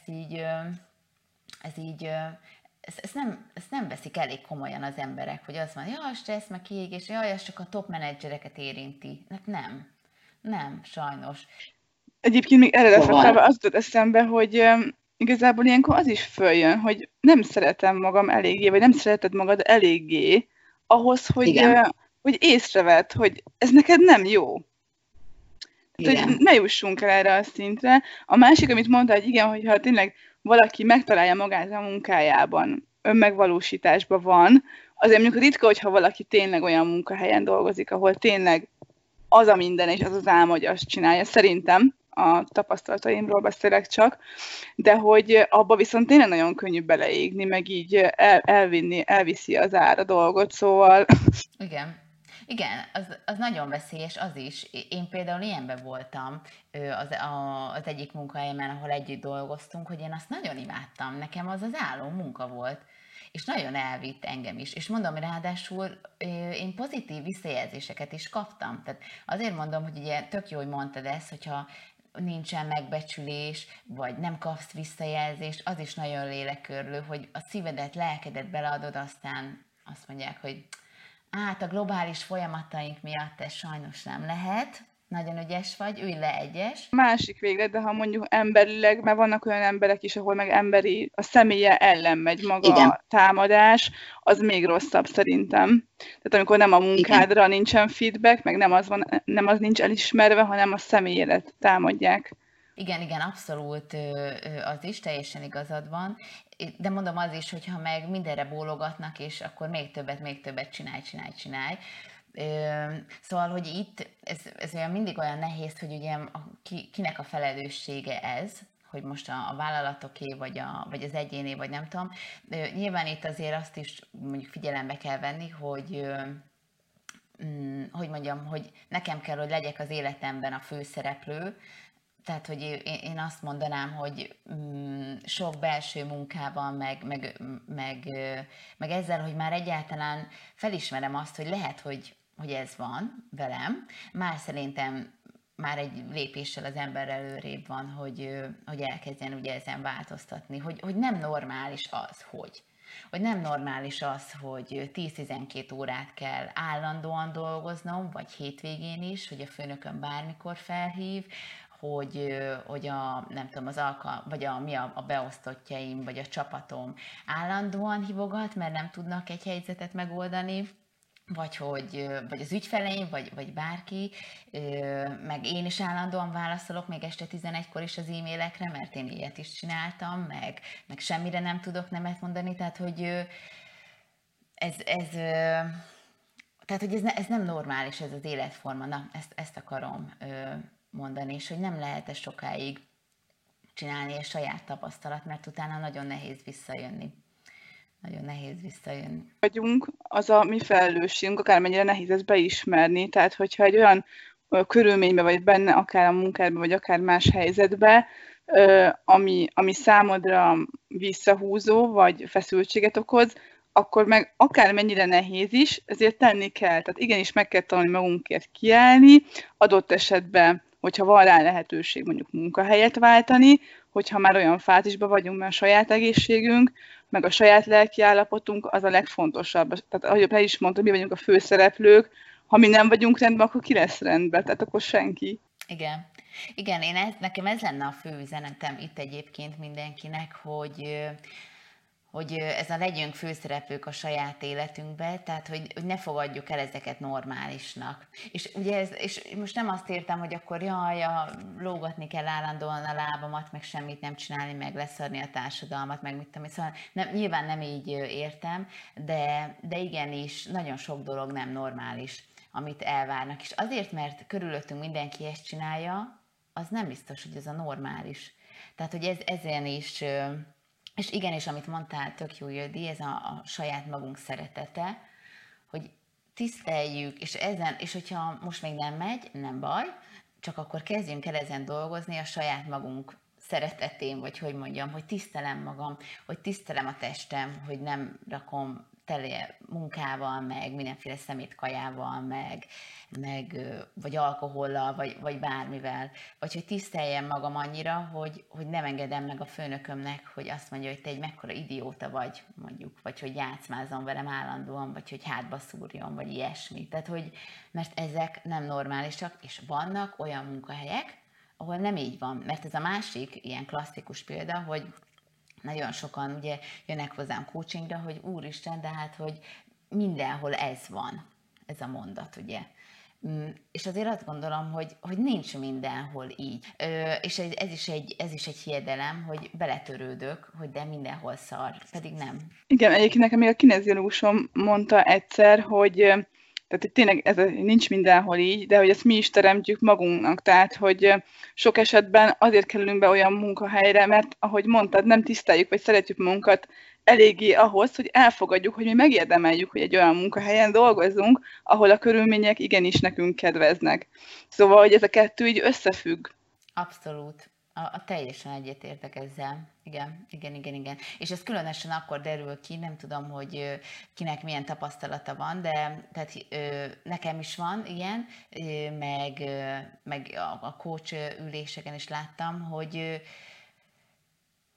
ezt nem veszik elég komolyan az emberek, hogy az van, a stressz, meg kiégés, ez csak a top menedzsereket érinti. Hát nem, sajnos. Egyébként még erre reflektálva az jutott eszembe, hogy igazából ilyenkor az is följön, hogy nem szeretem magam eléggé, vagy nem szereted magad eléggé ahhoz, hogy észrevedd, hogy ez neked nem jó. Tehát, hogy ne jussunk el erre a szintre. A másik, amit mondta, hogy igen, hogyha tényleg valaki megtalálja magát a munkájában, önmegvalósításban van, azért mondjuk ritka, hogyha valaki tényleg olyan munkahelyen dolgozik, ahol tényleg az a minden, és az az álma, hogy azt csinálja. Szerintem a tapasztalataimról beszélek csak, de hogy abba viszont tényleg nagyon könnyű beleégni, meg így elviszi az ára dolgot, szóval... Igen, az nagyon veszélyes, az is. Én például ilyenben voltam az egyik munkahelyemen, ahol együtt dolgoztunk, hogy én azt nagyon imádtam. Nekem az álom munka volt. És nagyon elvitt engem is. És mondom, ráadásul én pozitív visszajelzéseket is kaptam. Tehát azért mondom, hogy ugye tök jó, hogy mondtad ezt, hogyha nincsen megbecsülés, vagy nem kapsz visszajelzést, az is nagyon lélekkörlő, hogy a szívedet, lelkedet beleadod, aztán azt mondják, hogy A globális folyamataink miatt ez sajnos nem lehet. Nagyon ügyes vagy, ülj le egyes. Másik véglet, de ha mondjuk emberileg, mert vannak olyan emberek is, ahol meg emberi, a személye ellen megy maga Igen, a támadás, az még rosszabb szerintem. Tehát amikor nem a igen. munkádra nincsen feedback, meg nem az nincs elismerve, hanem a személyedet támadják. Igen, igen, abszolút az is, teljesen igazad van. De mondom az is, hogyha meg mindenre bólogatnak, és akkor még többet csinálj. Szóval, hogy itt ez olyan mindig olyan nehéz, hogy ugye kinek a felelőssége ez, hogy most a vállalatoké, vagy az egyéné, vagy nem tudom. Nyilván itt azért azt is mondjuk figyelembe kell venni, hogy mondjam, hogy nekem kell, hogy legyek az életemben a főszereplő, tehát, hogy én azt mondanám, hogy sok belső munkával, meg ezzel, hogy már egyáltalán felismerem azt, hogy lehet, hogy ez van velem, már szerintem már egy lépéssel az ember előrébb van, hogy elkezdjen ugye ezen változtatni, hogy nem normális az, hogy nem normális az, hogy 10-12 órát kell állandóan dolgoznom, vagy hétvégén is, hogy a főnököm bármikor felhív, hogy nem tudom, vagy a beosztottjaim, vagy a csapatom állandóan hívogat, mert nem tudnak egy helyzetet megoldani, vagy az ügyfeleim, vagy bárki, meg én is állandóan válaszolok még este 11-kor is az e-mailekre, mert én ilyet is csináltam, meg semmire nem tudok nemet mondani, tehát hogy ez nem normális ez az életforma, na ezt akarom mondani, és hogy nem lehet ezt sokáig csinálni, és saját tapasztalat, mert utána nagyon nehéz visszajönni. Nagyon nehéz visszajönni. Vagyunk, az a mi felelősségünk, akármennyire nehéz ezt beismerni. Tehát, hogyha egy olyan körülményben vagy benne, akár a munkádban, vagy akár más helyzetben, ami számodra visszahúzó, vagy feszültséget okoz, akkor meg akármennyire nehéz is, ezért tenni kell. Tehát igenis meg kell tanulni magunkért kiállni, adott esetben, hogyha van rá lehetőség mondjuk munkahelyet váltani, hogyha már olyan fázisban vagyunk, mert a saját egészségünk, meg a saját lelki állapotunk az a legfontosabb. Tehát ahogy le is mondtam, mi vagyunk a főszereplők, ha mi nem vagyunk rendben, akkor ki lesz rendben? Tehát akkor senki. Igen. Igen, nekem ez lenne a fő üzenetem itt egyébként mindenkinek, hogy ez a legyünk főszereplők a saját életünkbe, tehát hogy ne fogadjuk el ezeket normálisnak. És ugye és most nem azt értem, hogy akkor lógatni kell állandóan a lábamat, meg semmit nem csinálni, meg leszarni a társadalmat, meg mit tudom, szóval nyilván nem így értem, de igenis nagyon sok dolog nem normális, amit elvárnak. És azért, mert körülöttünk mindenki ezt csinálja, az nem biztos, hogy ez a normális. Tehát, hogy ezen is... És igenis, amit mondtál, tök jó, Jödi, ez a saját magunk szeretete, hogy tiszteljük, és hogyha most még nem megy, nem baj, csak akkor kezdjünk el ezen dolgozni a saját magunk szeretetén, vagy hogy mondjam, hogy tisztelem magam, hogy tisztelem a testem, hogy nem rakom tele munkával, meg mindenféle szemétkajával, vagy alkohollal, vagy bármivel. Vagy hogy tiszteljem magam annyira, hogy nem engedem meg a főnökömnek, hogy azt mondja, hogy te egy mekkora idióta vagy, mondjuk, vagy hogy játszmázom velem állandóan, vagy hogy hátba szúrjon, vagy ilyesmi. Tehát, mert ezek nem normálisak, és vannak olyan munkahelyek, ahol nem így van. Mert ez a másik ilyen klasszikus példa, hogy nagyon sokan ugye jönnek hozzám coachingra, hogy úristen, de hát, hogy mindenhol ez van, ez a mondat, ugye. És azért azt gondolom, hogy nincs mindenhol így. És ez is egy hiedelem, hogy beletörődök, hogy de mindenhol szar, pedig nem. Igen, egyébként nekem még a kineziológusom mondta egyszer, hogy tehát tényleg ez nincs mindenhol így, de hogy ezt mi is teremtjük magunknak. Tehát, hogy sok esetben azért kerülünk be olyan munkahelyre, mert ahogy mondtad, nem tiszteljük, vagy szeretjük magunkat eléggé ahhoz, hogy elfogadjuk, hogy mi megérdemeljük, hogy egy olyan munkahelyen dolgozzunk, ahol a körülmények igenis nekünk kedveznek. Szóval, hogy ez a kettő így összefügg. Abszolút. Teljesen egyetértek ezzel. Igen. És ez különösen akkor derül ki, nem tudom, hogy kinek milyen tapasztalata van, de tehát, nekem is van ilyen, meg a coach üléseken is láttam, hogy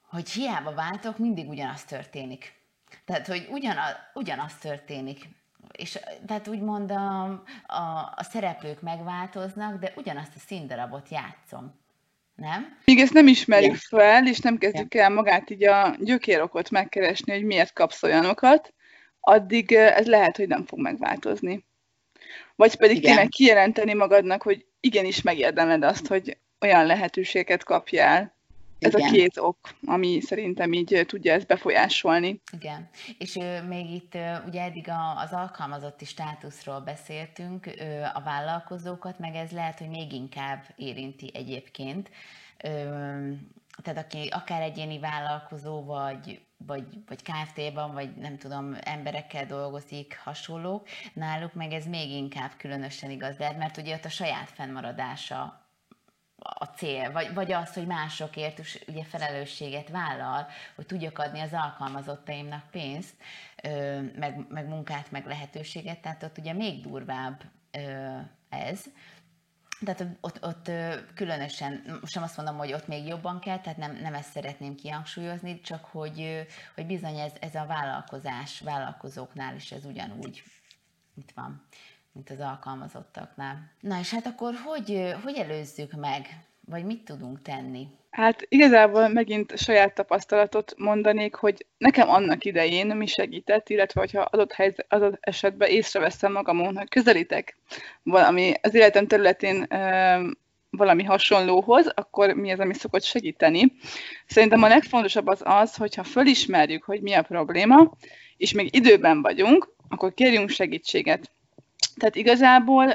hiába váltok, mindig ugyanaz történik. Tehát, hogy ugyanaz történik. és tehát úgymond a szereplők megváltoznak, de ugyanazt a színdarabot játszom. Nem? Míg ezt nem ismerjük Igen. fel, és nem Igen. kezdjük el magát így a gyökérokot megkeresni, hogy miért kapsz olyanokat, addig ez lehet, hogy nem fog megváltozni. Vagy pedig Igen. tényleg kijelenteni magadnak, hogy igenis megérdemled azt, hogy olyan lehetőséget kapjál. Ez a Igen. két ok, ami szerintem így tudja ezt befolyásolni. Igen. És még itt ugye eddig az alkalmazotti státuszról beszéltünk, a vállalkozókat, meg ez lehet, hogy még inkább érinti egyébként. Tehát aki akár egyéni vállalkozó, vagy Kft-ban, vagy nem tudom, emberekkel dolgozik, hasonlók, náluk meg ez még inkább különösen igaz lehet, mert ugye ott a saját fennmaradása a cél, vagy az, hogy másokért is ugye felelősséget vállal, hogy tudjak adni az alkalmazottaimnak pénzt, meg munkát, meg lehetőséget, tehát ott ugye még durvább ez. Tehát ott különösen, most nem azt mondom, hogy ott még jobban kell, tehát nem ezt szeretném kihangsúlyozni, csak hogy bizony ez a vállalkozóknál is ez ugyanúgy itt van, mint az alkalmazottaknál. Na és hát akkor hogy előzzük meg, vagy mit tudunk tenni? Hát igazából megint saját tapasztalatot mondanék, hogy nekem annak idején mi segített, illetve hogyha adott esetben észreveszem magamon, hogy közelítek valami az életem területén valami hasonlóhoz, akkor mi az, ami szokott segíteni. Szerintem a legfontosabb az, hogyha fölismerjük, hogy mi a probléma, és még időben vagyunk, akkor kérjünk segítséget. Tehát igazából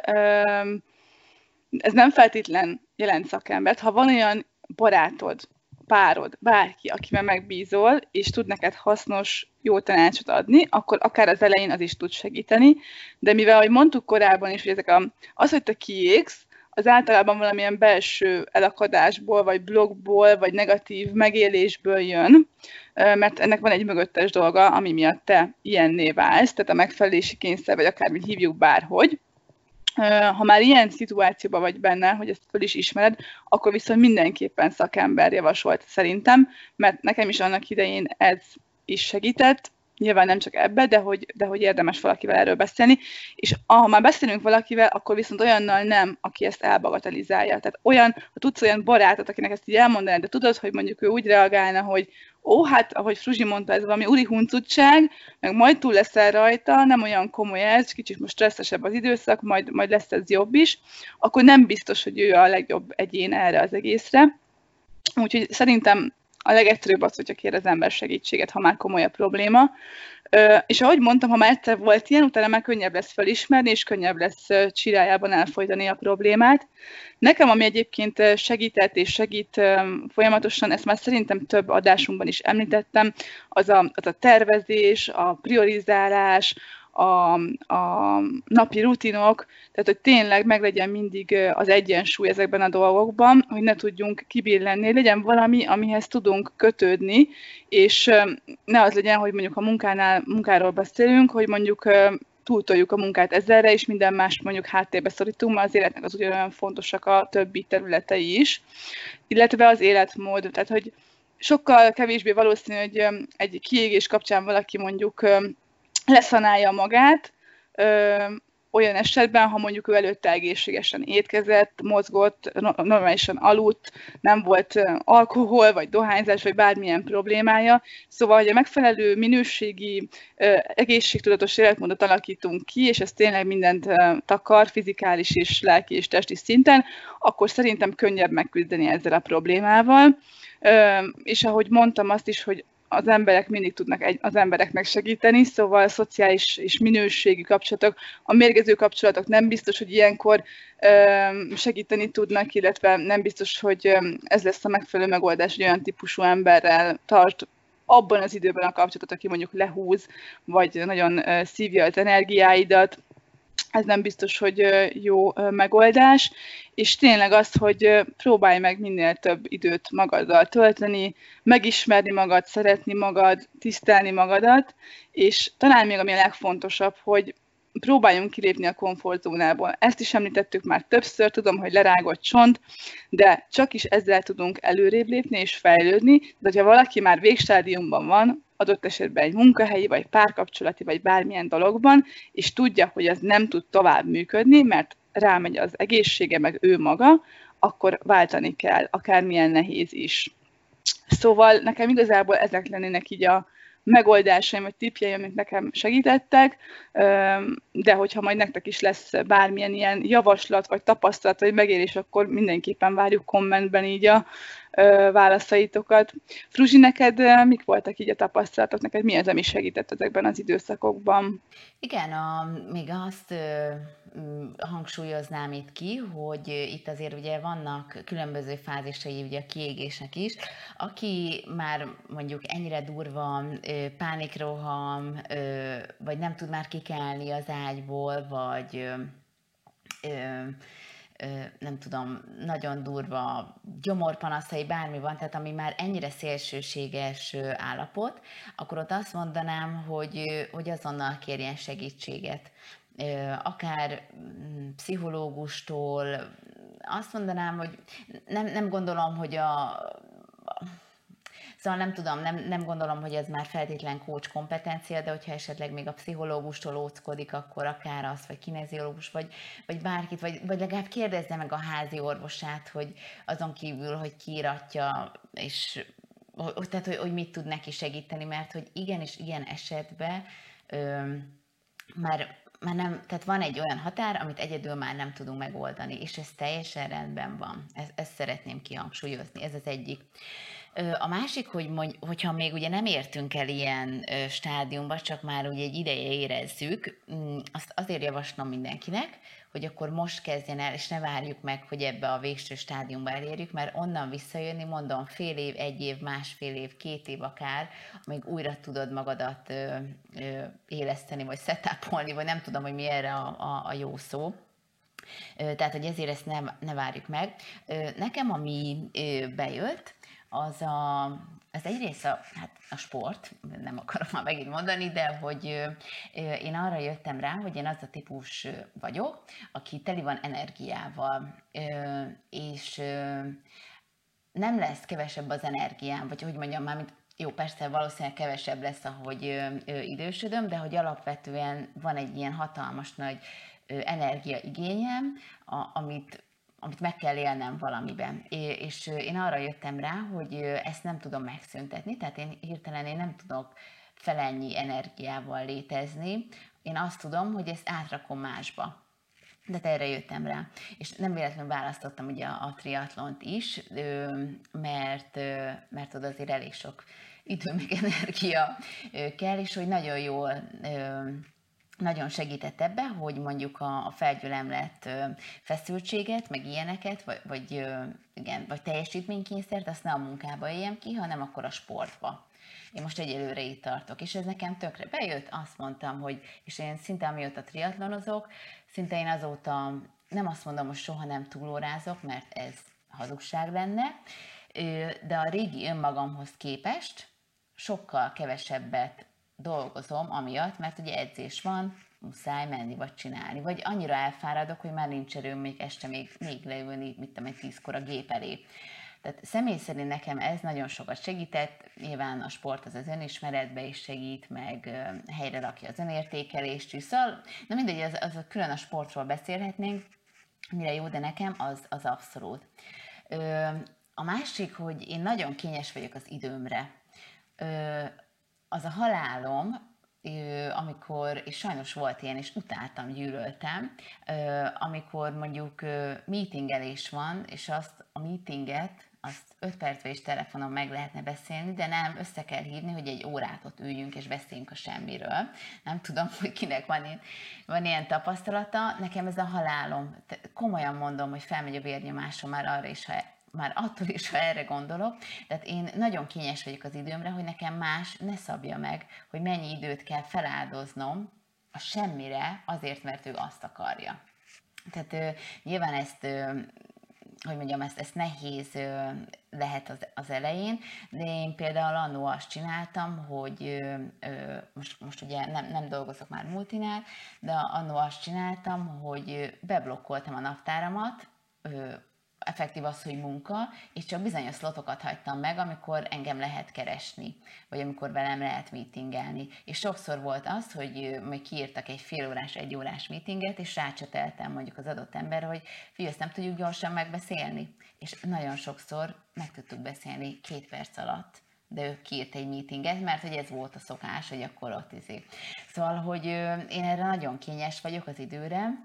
ez nem feltétlen jelent szakembert. Ha van olyan barátod, párod, bárki, akivel megbízol, és tud neked hasznos, jó tanácsot adni, akkor akár az elején az is tud segíteni. De mivel, ahogy mondtuk korábban is, hogy az, hogy te kiégsz, az általában valamilyen belső elakadásból, vagy blokkból, vagy negatív megélésből jön, mert ennek van egy mögöttes dolga, ami miatt te ilyenné válsz, tehát a megfelelési kényszer, vagy akármit hívjuk bárhogy. Ha már ilyen szituációban vagy benne, hogy ezt föl is ismered, akkor viszont mindenképpen szakember javasolt szerintem, mert nekem is annak idején ez is segített, nyilván nem csak ebbe, de hogy érdemes valakivel erről beszélni, és ha már beszélünk valakivel, akkor viszont olyannal nem, aki ezt elbagatelizálja. Tehát ha tudsz olyan barátot, akinek ezt így elmondanád, de tudod, hogy mondjuk ő úgy reagálna, hogy hát, ahogy Fruzsi mondta, ez valami uri huncutság, meg majd túl leszel rajta, nem olyan komoly ez, kicsit most stresszesebb az időszak, majd lesz ez jobb is, akkor nem biztos, hogy ő a legjobb egyén erre az egészre. Úgyhogy szerintem a legegyszerűbb az, hogyha kér az ember segítséget, ha már komoly a probléma. És ahogy mondtam, ha már egyszer volt ilyen, utána már könnyebb lesz felismerni, és könnyebb lesz csirájában elfolytani a problémát. Nekem, ami egyébként segített és segít folyamatosan, ezt már szerintem több adásunkban is említettem, az a tervezés, a priorizálás, a napi rutinok, tehát hogy tényleg meglegyen mindig az egyensúly ezekben a dolgokban, hogy ne tudjunk kibillenni, legyen valami, amihez tudunk kötődni, és ne az legyen, hogy mondjuk a munkáról beszélünk, hogy mondjuk túltoljuk a munkát ezerre, és minden mást mondjuk háttérbe szorítunk, mert az életnek az ugyanolyan fontosak a többi területei is, illetve az életmód, tehát hogy sokkal kevésbé valószínű, hogy egy kiégés kapcsán valaki mondjuk leszanálja magát, olyan esetben, ha mondjuk ő előtte egészségesen étkezett, mozgott, normálisan aludt, nem volt alkohol, vagy dohányzás, vagy bármilyen problémája. Szóval, hogy a megfelelő minőségi, egészségtudatos életmódot alakítunk ki, és ez tényleg mindent takar, fizikális és lelki és testi szinten, akkor szerintem könnyebb megküzdeni ezzel a problémával. És ahogy mondtam azt is, hogy az emberek mindig tudnak az embereknek segíteni, szóval a szociális és minőségi kapcsolatok, a mérgező kapcsolatok nem biztos, hogy ilyenkor segíteni tudnak, illetve nem biztos, hogy ez lesz a megfelelő megoldás, hogy olyan típusú emberrel tart abban az időben a kapcsolatot, aki mondjuk lehúz, vagy nagyon szívja az energiáidat. Ez nem biztos, hogy jó megoldás, és tényleg az, hogy próbálj meg minél több időt magaddal tölteni, megismerni magad, szeretni magad, tisztelni magadat, és talán még ami a legfontosabb, hogy próbáljunk kilépni a komfortzónából. Ezt is említettük már többször, tudom, hogy lerágott csont, de csak is ezzel tudunk előrébb lépni és fejlődni, de ha valaki már végstádiumban van, adott esetben egy munkahelyi, vagy párkapcsolati, vagy bármilyen dologban, és tudja, hogy az nem tud tovább működni, mert rámegy az egészsége, meg ő maga, akkor váltani kell, akármilyen nehéz is. Szóval nekem igazából ezek lennének így a megoldásaim, vagy tippjeim, amik nekem segítettek, de hogyha majd nektek is lesz bármilyen ilyen javaslat, vagy tapasztalat, vagy megélés, akkor mindenképpen várjuk kommentben így a válaszaitokat. Fruzsi, neked mik voltak így a tapasztalatok? Neked mi az, ami segített ezekben az időszakokban? Igen, még azt hangsúlyoznám itt ki, hogy itt azért ugye vannak különböző fázisai ugye a kiégésnek is. Aki már mondjuk ennyire durva pánikroham, vagy nem tud már kikelni az ágyból, vagy nem tudom, nagyon durva gyomorpanaszai, bármi van, tehát ami már ennyire szélsőséges állapot, akkor ott azt mondanám, hogy azonnal kérjen segítséget. Akár pszichológustól, azt mondanám, hogy nem gondolom, hogy Szóval nem tudom, nem gondolom, hogy ez már feltétlen coach kompetencia, de hogyha esetleg még a pszichológustól óckodik, akkor akár az, vagy kineziológus, vagy bárkit, vagy legalább kérdezze meg a házi orvosát, hogy azon kívül, hogy kiíratja, és tehát, hogy mit tud neki segíteni, mert hogy igenis ilyen esetben már nem, tehát van egy olyan határ, amit egyedül már nem tudunk megoldani, és ez teljesen rendben van. Ezt szeretném kihangsúlyozni, ez az egyik. A másik, hogyha még ugye nem értünk el ilyen stádiumba, csak már ugye egy ideje érezzük, azt azért javaslom mindenkinek, hogy akkor most kezdjen el, és ne várjuk meg, hogy ebbe a végső stádiumba elérjük, mert onnan visszajönni, mondom, fél év, egy év, másfél év, 2 év akár, amíg újra tudod magadat éleszteni, vagy setupolni, vagy nem tudom, hogy mi erre a jó szó. Tehát, hogy ezért ezt ne várjuk meg. Nekem, ami bejött, az egyrészt a sport, nem akarom már megint mondani, de hogy én arra jöttem rá, hogy én az a típus vagyok, aki teli van energiával, és nem lesz kevesebb az energiám, vagy hogy mondjam már, mint jó, persze valószínűleg kevesebb lesz, ahogy idősödöm, de hogy alapvetően van egy ilyen hatalmas nagy energiaigényem, amit meg kell élnem valamiben. És én arra jöttem rá, hogy ezt nem tudom megszüntetni, tehát én hirtelen nem tudok felennyi energiával létezni. Én azt tudom, hogy ezt átrakom másba. De erre jöttem rá. És nem véletlenül választottam ugye a triatlont is, mert oda azért elég sok idő meg energia kell, és hogy nagyon jól nagyon segített ebbe, hogy mondjuk a felgyülemlett feszültséget, meg ilyeneket, vagy teljesítménykényszert, azt ne a munkába éljem ki, hanem akkor a sportba. Én most egyelőre itt tartok, és ez nekem tökre bejött, azt mondtam, hogy, és én szinte amióta triatlonozok, szinte én azóta nem azt mondom, hogy soha nem túlórázok, mert ez hazugság lenne, de a régi önmagamhoz képest sokkal kevesebbet dolgozom amiatt, mert ugye edzés van, muszáj menni, vagy csinálni, vagy annyira elfáradok, hogy már nincs erőm még este még leülni, mit tudom, 10-kor a gép elé. Tehát személy szerint nekem ez nagyon sokat segített, nyilván a sport az önismeretbe is segít, meg helyre rakja az önértékelést is, szóval, na mindegy, az külön a sportról beszélhetnénk, mire jó, de nekem az abszolút. A másik, hogy én nagyon kényes vagyok az időmre. Az a halálom, amikor, és sajnos volt ilyen, és utáltam, gyűlöltem, amikor mondjuk meetingelés van, és azt a meetinget, azt 5 percben is telefonon meg lehetne beszélni, de nem, össze kell hívni, hogy egy órát ott üljünk, és beszéljünk a semmiről. Nem tudom, hogy kinek van ilyen tapasztalata. Nekem ez a halálom. Komolyan mondom, hogy felmegy a vérnyomásom már arra is, már attól is, ha erre gondolok. Tehát én nagyon kényes vagyok az időmre, hogy nekem más ne szabja meg, hogy mennyi időt kell feláldoznom a semmire, azért, mert ő azt akarja. Tehát nyilván ezt, hogy mondjam, ezt nehéz lehet az elején, de én például annó azt csináltam, hogy most ugye nem dolgozok már multinál, de annó azt csináltam, hogy beblokkoltam a naptáramat, effektív az, hogy munka, és csak bizonyos szlotokat hagytam meg, amikor engem lehet keresni, vagy amikor velem lehet meetingelni. És sokszor volt az, hogy még kiírtak egy fél órás, egy órás meetinget, és rácseteltem mondjuk az adott ember, hogy figyelj, ezt nem tudjuk gyorsan megbeszélni. És nagyon sokszor meg tudtuk beszélni 2 perc alatt, de ő kiírt egy meetinget, mert hogy ez volt a szokás, hogy akkor ott izé. Szóval, hogy én erre nagyon kényes vagyok az időre,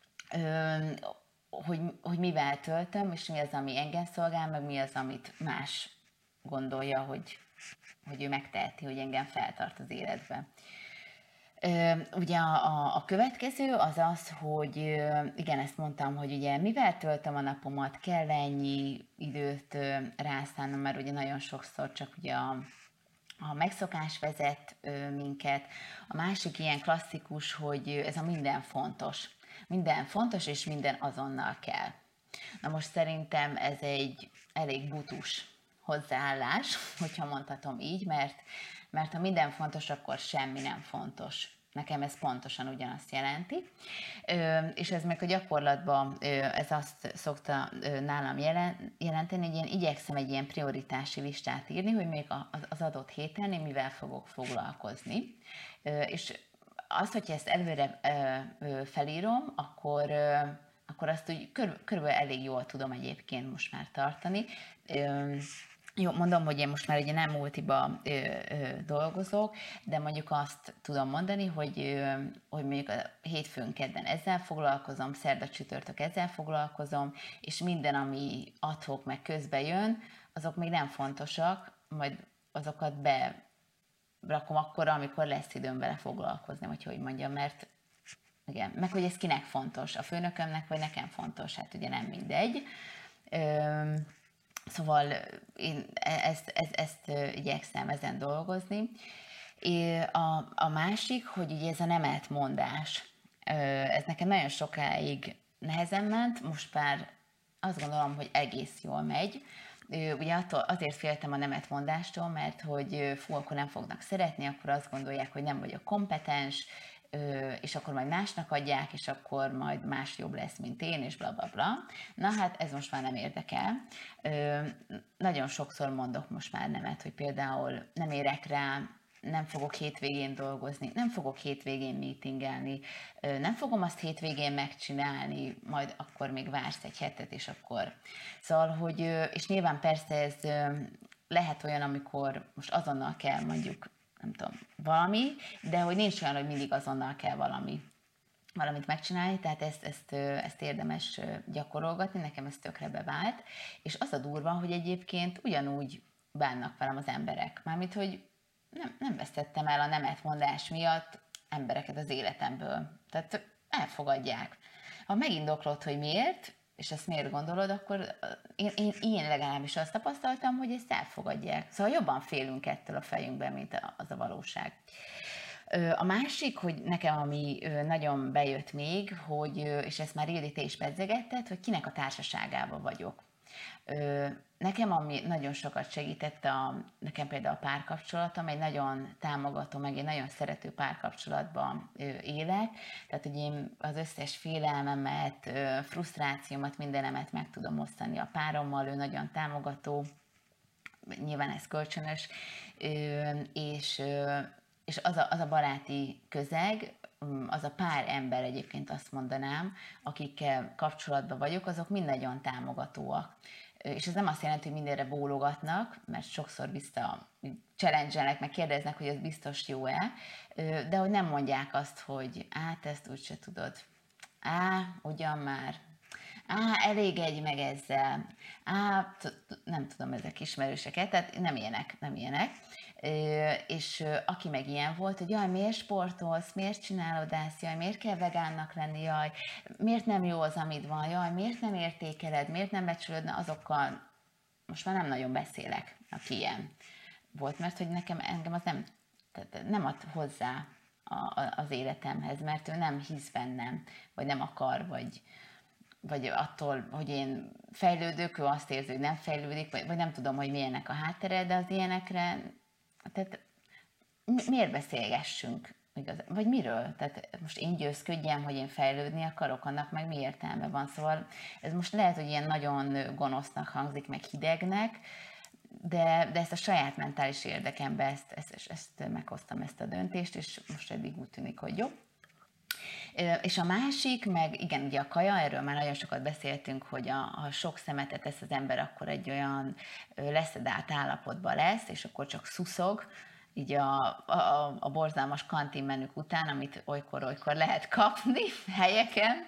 hogy mivel töltöm, és mi az, ami engem szolgál, meg mi az, amit más gondolja, hogy ő megteheti, hogy engem feltart az életbe. Ugye a következő az az, hogy igen, ezt mondtam, hogy ugye mivel töltöm a napomat, kell ennyi időt rászánnom, mert ugye nagyon sokszor csak ugye a megszokás vezet minket. A másik ilyen klasszikus, hogy ez a minden fontos. Minden fontos, és minden azonnal kell. Na most szerintem ez egy elég butus hozzáállás, hogyha mondhatom így, mert ha minden fontos, akkor semmi nem fontos. Nekem ez pontosan ugyanazt jelenti. És ez meg a gyakorlatban ez azt szokta nálam jelenteni, hogy én igyekszem egy ilyen prioritási listát írni, hogy még az adott héten én mivel fogok foglalkozni. És azt, hogyha ezt előre felírom, akkor azt úgy körülbelül elég jól tudom egyébként most már tartani. Jó, mondom, hogy én most már ugye nem multiba dolgozok, de mondjuk azt tudom mondani, hogy mondjuk a hétfőn, kedden ezzel foglalkozom, szerda, csütörtök ezzel foglalkozom, és minden, ami ad-hoc meg közbe jön, azok még nem fontosak, majd azokat berakom akkor, amikor lesz időm vele foglalkozni, vagy hogy mondjam, mert igen, meg hogy ez kinek fontos, a főnökömnek, vagy nekem fontos, hát ugye nem mindegy. Szóval én ezt igyekszem ezen dolgozni. A másik, hogy ugye ez a nemetmondás, ez nekem nagyon sokáig nehezen ment, most már azt gondolom, hogy egész jól megy. Ugye azért féltem a nemetmondástól, mert hogy akkor nem fognak szeretni, akkor azt gondolják, hogy nem vagyok kompetens, és akkor majd másnak adják, és akkor majd más jobb lesz, mint én, és bla bla bla. Na hát ez most már nem érdekel. Nagyon sokszor mondok most már nemet, hogy például nem érek rá, nem fogok hétvégén dolgozni, nem fogok hétvégén meetingelni, nem fogom azt hétvégén megcsinálni, majd akkor még vársz egy hetet, és akkor... Szóval, hogy, és nyilván persze ez lehet olyan, amikor most azonnal kell mondjuk, nem tudom, valami, de hogy nincs olyan, hogy mindig azonnal kell valamit megcsinálni, tehát ezt érdemes gyakorolgatni, nekem ez tökre bevált, és az a durva, hogy egyébként ugyanúgy bánnak velem az emberek, mármint, hogy nem vesztettem el a nemetmondás miatt embereket az életemből. Tehát elfogadják. Ha megindoklod, hogy miért, és ezt miért gondolod, akkor én legalábbis azt tapasztaltam, hogy ezt elfogadják. Szóval jobban félünk ettől a fejünkben, mint az a valóság. A másik, hogy nekem ami nagyon bejött még, hogy, és ezt már Ildi, te is pedzegetted, hogy kinek a társaságában vagyok. Nekem, ami nagyon sokat segített, nekem például a párkapcsolatom, egy nagyon támogató, meg egy nagyon szerető párkapcsolatban élek, tehát hogy én az összes félelmemet, frusztrációmat, mindenemet meg tudom osztani a párommal, ő nagyon támogató, nyilván ez kölcsönös, és az a baráti közeg, az a pár ember egyébként azt mondanám, akikkel kapcsolatban vagyok, azok mind nagyon támogatóak. És ez nem azt jelenti, hogy mindenre bólogatnak, mert sokszor challenge-elnek, meg kérdeznek, hogy ez biztos jó-e, de hogy nem mondják azt, hogy te ezt úgyse tudod. Ugyan már. Elégedj meg ezzel. Nem tudom, ezek ismerőseket, tehát nem ilyenek. És aki meg ilyen volt, hogy jaj, miért sportolsz, miért csinálod ezt, jaj, miért kell vegánnak lenni, jaj, miért nem jó az, amit van, jaj, miért nem értékeled, miért nem becsülöd, azokkal most már nem nagyon beszélek, aki ilyen volt, mert hogy engem az nem ad hozzá az életemhez, mert ő nem hisz bennem, vagy nem akar, vagy attól, hogy én fejlődök, ő azt érzi, hogy nem fejlődik, vagy nem tudom, hogy milyennek a háttere, de az ilyenekre, tehát miért beszélgessünk? Vagy miről? Tehát most én győzködjem, hogy én fejlődni akarok, annak meg mi értelme van? Szóval ez most lehet, hogy ilyen nagyon gonosznak hangzik, meg hidegnek, de ezt a saját mentális érdekembe ezt meghoztam, ezt a döntést, és most eddig úgy tűnik, hogy jó. És a másik, meg igen, ugye a kaja, erről már nagyon sokat beszéltünk, hogy ha sok szemetet esz az ember, akkor egy olyan leszedált állapotban lesz, és akkor csak szuszog, így a borzalmas kantinmenük után, amit olykor lehet kapni helyeken.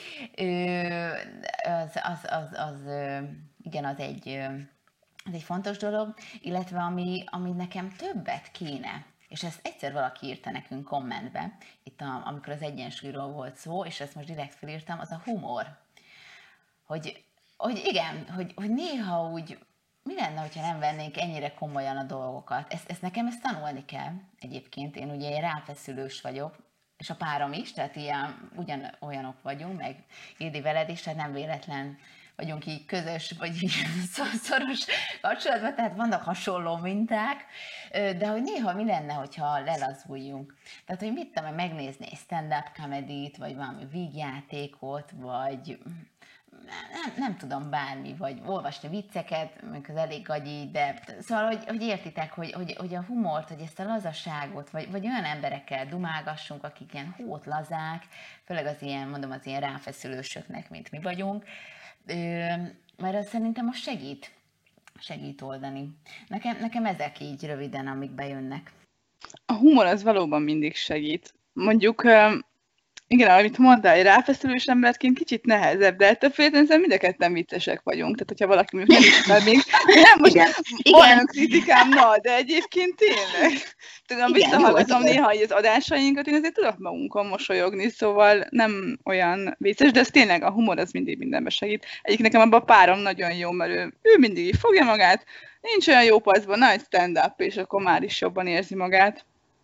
Igen, az egy fontos dolog, illetve ami nekem többet kéne, és ezt egyszer valaki írta nekünk kommentbe, itt amikor az egyensúlyról volt szó, és ezt most direkt felírtam, az a humor. Hogy igen, hogy néha úgy, mi lenne, hogyha nem vennénk ennyire komolyan a dolgokat? Nekem tanulni kell egyébként, én ugye ráfeszülős vagyok, és a párom is, tehát ilyen ugyanolyanok vagyunk, meg Ildi veled is, tehát nem véletlen vagyunk így közös, vagy így szoros kapcsolatban, tehát vannak hasonló minták, de hogy néha mi lenne, hogyha lelazuljunk. Tehát, hogy mit tudom, megnézni egy stand-up comedy-t, vagy valami vígjátékot, vagy nem tudom, bármi, vagy olvasni vicceket, amikor az elég gagyi, de szóval, hogy értitek, hogy a humort, hogy ezt a lazaságot, vagy olyan emberekkel dumálgassunk, akik ilyen hót lazák, főleg az ilyen, mondom, az ilyen ráfeszülősöknek, mint mi vagyunk, mert az szerintem most segít oldani. Nekem ezek így röviden, amik bejönnek. A humor az valóban mindig segít. Mondjuk, igen, amit mondtál, egy ráfeszülős emberként kicsit nehezebb, de ettől félretlenül mind a ketten viccesek vagyunk. Tehát, hogyha valaki még nem ismer még, nem most olyan kritikám, de egyébként tényleg. Tudom, visszahallgatom néha az adásainkat, én azért tudok magunkon mosolyogni, szóval nem olyan vicces, de ez tényleg a humor az mindig mindenben segít. Egyik nekem abban a párom nagyon jó, mert ő mindig így fogja magát, nincs olyan jó paszban, nagy stand-up, és akkor már is jobban érzi magát.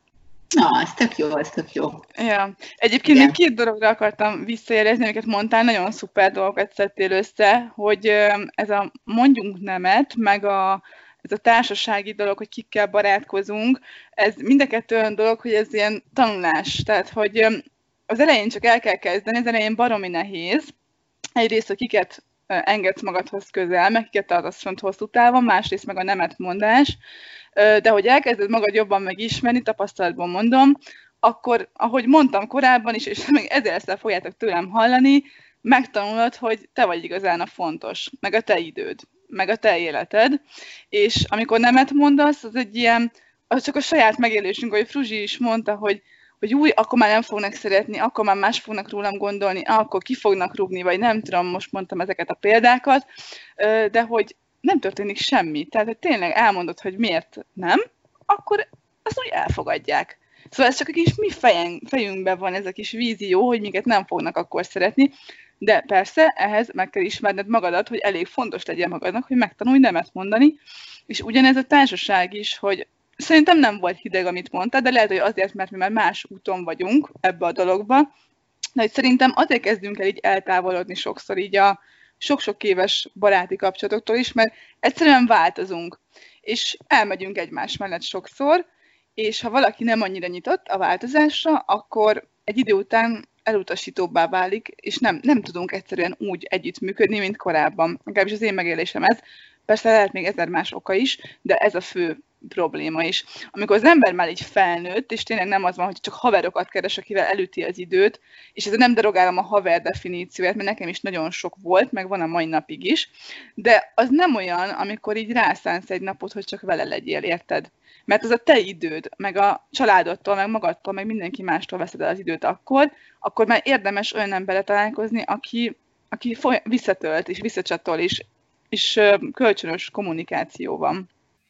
Na, ez tök jó. Ja. Egyébként még 2 dologra akartam visszajelezni, amiket mondtál, nagyon szuper dolgokat szedtél össze, hogy ez a mondjunk nemet, meg ez a társasági dolog, hogy kikkel barátkozunk, ez mind a 2 olyan dolog, hogy ez ilyen tanulás. Tehát, hogy az elején csak el kell kezdeni, az elején baromi nehéz. Egyrészt, hogy kiket engedsz magadhoz közel, meg kiket tartasz font hosszú távon, másrészt meg a nemetmondás. De hogy elkezded magad jobban megismerni, tapasztalatban mondom, akkor, ahogy mondtam korábban is, és még ezerszer fogjátok tőlem hallani, megtanulod, hogy te vagy igazán a fontos, meg a te időd, meg a te életed, és amikor nemet mondasz, az egy ilyen, az csak a saját megélésünk, ahogy Fruzsi is mondta, hogy új, akkor már nem fognak szeretni, akkor már más fognak rólam gondolni, akkor ki fognak rúgni, vagy nem tudom, most mondtam ezeket a példákat, de hogy nem történik semmi. Tehát, hogy tényleg elmondod, hogy miért nem, akkor azt úgy elfogadják. Szóval ez csak a kis mi fejünkben van ez a kis vízió, hogy minket nem fognak akkor szeretni, de persze ehhez meg kell ismerned magadat, hogy elég fontos legyen magadnak, hogy megtanulj nemet mondani, és ugyanez a társaság is, hogy szerintem nem volt hideg, amit mondtad, de lehet, hogy azért, mert mi már más úton vagyunk ebbe a dologba, de hogy szerintem azért kezdünk el így eltávolodni sokszor így a sok-sok éves baráti kapcsolatoktól is, mert egyszerűen változunk, és elmegyünk egymás mellett sokszor, és ha valaki nem annyira nyitott a változásra, akkor egy idő után elutasítóbbá válik, és nem tudunk egyszerűen úgy együttműködni, mint korábban. Legalábbis az én megélésem ez. Persze lehet még 1000 más oka is, de ez a fő probléma is. Amikor az ember már így felnőtt, és tényleg nem az van, hogy csak haverokat keres, akivel elüti az időt, és ezzel nem derogálom a haver definícióját, mert nekem is nagyon sok volt, meg van a mai napig is, de az nem olyan, amikor így rászánsz egy napot, hogy csak vele legyél, érted? Mert az a te időd, meg a családodtól, meg magadtól, meg mindenki mástól veszed el az időt akkor már érdemes olyan emberre találkozni, aki visszatölt és visszacsatol is, és kölcsönös kommunikáció van.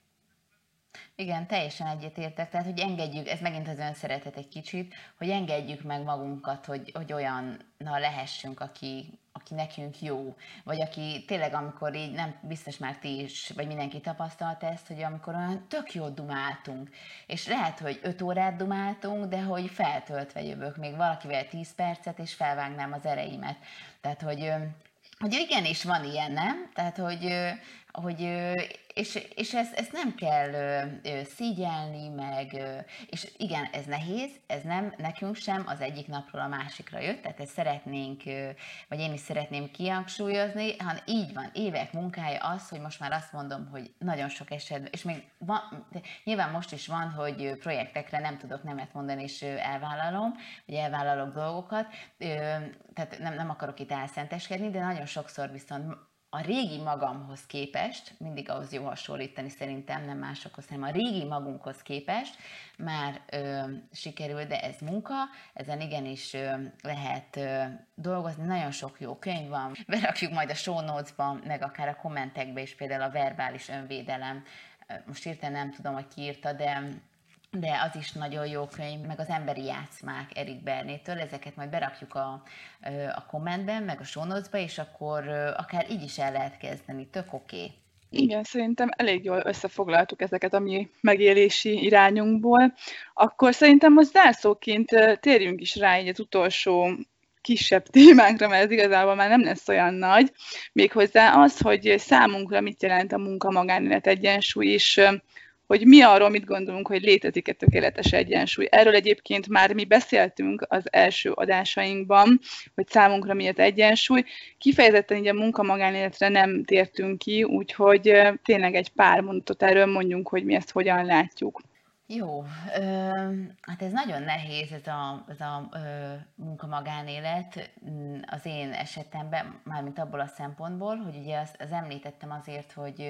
Igen, teljesen egyetértek, tehát hogy engedjük, ez megint az önszeretet egy kicsit, hogy engedjük meg magunkat, hogy olyan lehessünk, aki nekünk jó, vagy aki tényleg, amikor így, nem biztos már ti is, vagy mindenki tapasztalta ezt, hogy amikor olyan tök jót dumáltunk, és lehet, hogy 5 órát dumáltunk, de hogy feltöltve jövök még valakivel 10 percet, és felvágnám az ereimet. Tehát, hogy igenis van ilyen, nem? Tehát, hogy és ezt nem kell szígyelni, és igen, ez nehéz, ez nem nekünk sem az egyik napról a másikra jött, tehát ezt szeretnénk, vagy én is szeretném kihangsúlyozni, hanem így van, évek munkája az, hogy most már azt mondom, hogy nagyon sok esetben, és még van, nyilván most is van, hogy projektekre nem tudok nemet mondani, és elvállalom, vagy elvállalok dolgokat, tehát nem akarok itt álszenteskedni, de nagyon sokszor viszont a régi magamhoz képest, mindig ahhoz jó hasonlítani szerintem, nem másokhoz, hanem a régi magunkhoz képest már sikerül, de ez munka, ezen igenis lehet dolgozni, nagyon sok jó könyv van, berakjuk majd a show notes-ba, meg akár a kommentekbe is, például a verbális önvédelem, most hirtelen nem tudom, hogy ki írta, de az is nagyon jó könyv, meg az emberi játszmák Erik Bernétől, ezeket majd berakjuk a kommentben, meg a show notes-ba, és akkor akár így is el lehet kezdeni, tök oké. Igen, szerintem elég jól összefoglaltuk ezeket a mi megélési irányunkból. Akkor szerintem most zárszóként térjünk is rá így az utolsó kisebb témánkra, mert ez igazából már nem lesz olyan nagy. Méghozzá az, hogy számunkra mit jelent a munka-magánélet egyensúly, és hogy mi arról mit gondolunk, hogy létezik-e tökéletes egyensúly. Erről egyébként már mi beszéltünk az első adásainkban, hogy számunkra mi az egyensúly. Kifejezetten így a munka-magánéletre nem tértünk ki, úgyhogy tényleg egy pár mondatot erről mondjunk, hogy mi ezt hogyan látjuk. Jó, hát ez nagyon nehéz, ez a munka-magánélet az én esetemben, mármint abból a szempontból, hogy ugye az említettem azért, hogy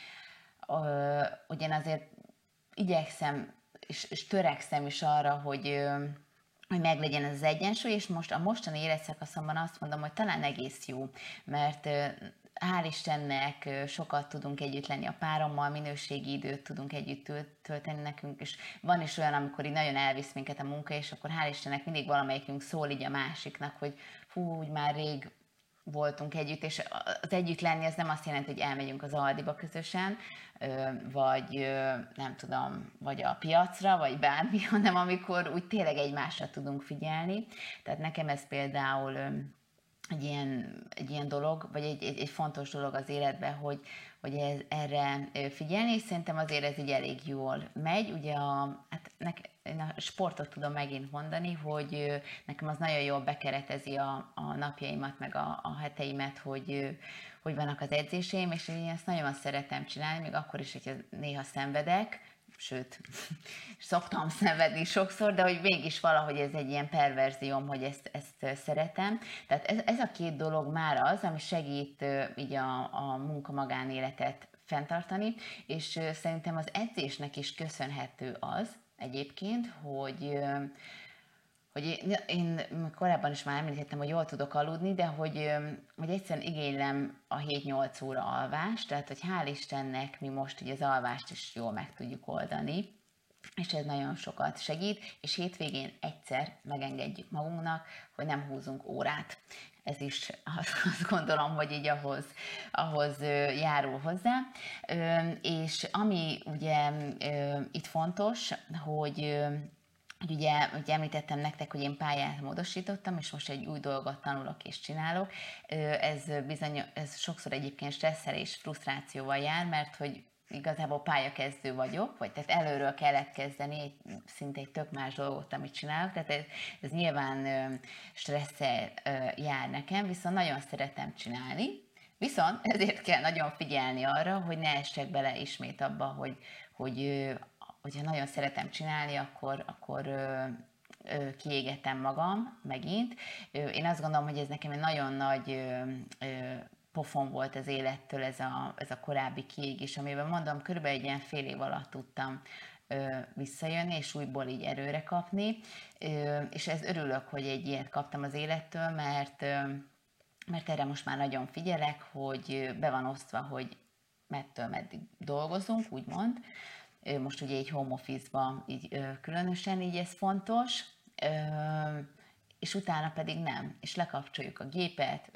én azért igyekszem és törekszem is arra, hogy meglegyen ez az egyensúly, és most a mostani életszakaszomban azt mondom, hogy talán egész jó, mert hál' Istennek sokat tudunk együtt lenni a párommal, minőségi időt tudunk együtt tölteni nekünk, és van is olyan, amikor így nagyon elvisz minket a munka, és akkor hál' Istennek mindig valamelyikünk szól így a másiknak, hogy fú, úgy már rég voltunk együtt, és az együtt lenni az nem azt jelenti, hogy elmegyünk az Aldiba közösen, vagy nem tudom, vagy a piacra, vagy bármi, hanem amikor úgy tényleg egymásra tudunk figyelni. Tehát nekem ez például egy ilyen dolog, vagy egy fontos dolog az életben, hogy erre figyelni, és szerintem azért ez így elég jól megy. Ugye én a sportot tudom megint mondani, hogy nekem az nagyon jól bekeretezi a napjaimat, meg a heteimet, hogy vannak az edzéseim, és én ezt nagyon szeretem csinálni, még akkor is, hogyha néha szenvedek, sőt, szoktam szenvedni sokszor, de hogy mégis valahogy ez egy ilyen perverzióm, hogy ezt szeretem. Tehát ez a két dolog már az, ami segít így a munka-magánéletet fenntartani, és szerintem az edzésnek is köszönhető az egyébként, hogy én korábban is már említettem, hogy jól tudok aludni, de hogy egyszerűen igénylem a 7-8 óra alvást, tehát hogy hál' Istennek mi most így az alvást is jól meg tudjuk oldani, és ez nagyon sokat segít, és hétvégén egyszer megengedjük magunknak, hogy nem húzunk órát. Ez is azt gondolom, hogy így ahhoz járul hozzá. És ami ugye itt fontos, hogy ugye említettem nektek, hogy én pályát módosítottam, és most egy új dolgot tanulok és csinálok. Ez sokszor egyébként stresszel és frusztrációval jár, mert hogy igazából pályakezdő vagyok, vagy tehát előről kellett kezdeni szinte egy tök más dolgot, amit csinálok, tehát ez nyilván stresszel jár nekem, viszont nagyon szeretem csinálni, viszont ezért kell nagyon figyelni arra, hogy ne essek bele ismét abba, hogyha nagyon szeretem csinálni, akkor kiégetem magam megint. Én azt gondolom, hogy ez nekem egy nagyon nagy pofon volt az élettől ez a korábbi kiégés, amiben mondom, körülbelül egy ilyen fél év alatt tudtam visszajönni, és újból így erőre kapni. És ez örülök, hogy egy ilyet kaptam az élettől, mert erre most már nagyon figyelek, hogy be van osztva, hogy mettől meddig dolgozunk, úgymond. Most ugye egy home office-ban így különösen így ez fontos, és utána pedig nem, és lekapcsoljuk a gépet,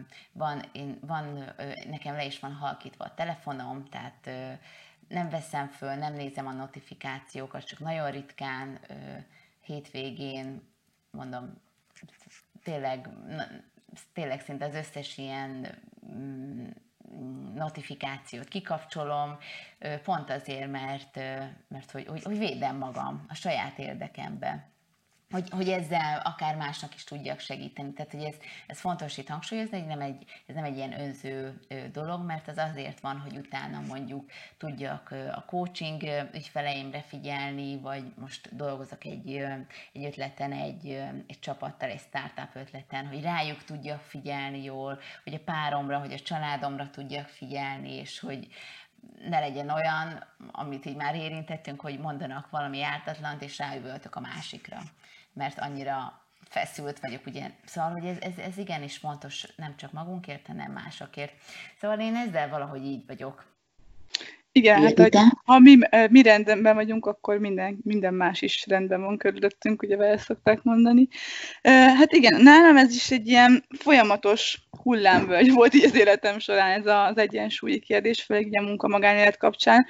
nekem le is van halkítva a telefonom, tehát nem veszem föl, nem nézem a notifikációkat, csak nagyon ritkán, hétvégén, mondom, tényleg szinte az összes ilyen notifikációt kikapcsolom, pont azért, mert hogy védem magam a saját érdekembe. Hogy ezzel akár másnak is tudjak segíteni. Tehát, hogy ez fontos itt hangsúlyozni, hogy ez nem egy ilyen önző dolog, mert az azért van, hogy utána mondjuk tudjak a coaching ügyfeleimre figyelni, vagy most dolgozok egy ötleten, egy csapattal, egy startup ötleten, hogy rájuk tudjak figyelni jól, hogy a páromra, hogy a családomra tudjak figyelni, és hogy ne legyen olyan, amit így már érintettünk, hogy mondanak valami ártatlant, és ráüvöltök a másikra, mert annyira feszült vagyok, ugye. Szóval, hogy ez igenis fontos, nem csak magunkért, hanem másokért. Szóval én ezzel valahogy így vagyok. Igen, hát hogy, ha mi rendben vagyunk, akkor minden más is rendben van körülöttünk, ugye vele szokták mondani. Hát igen, nálam ez is egy ilyen folyamatos hullámvölgy volt így az életem során ez az egyensúlyi kérdés, főleg így a munka-magánélet kapcsán.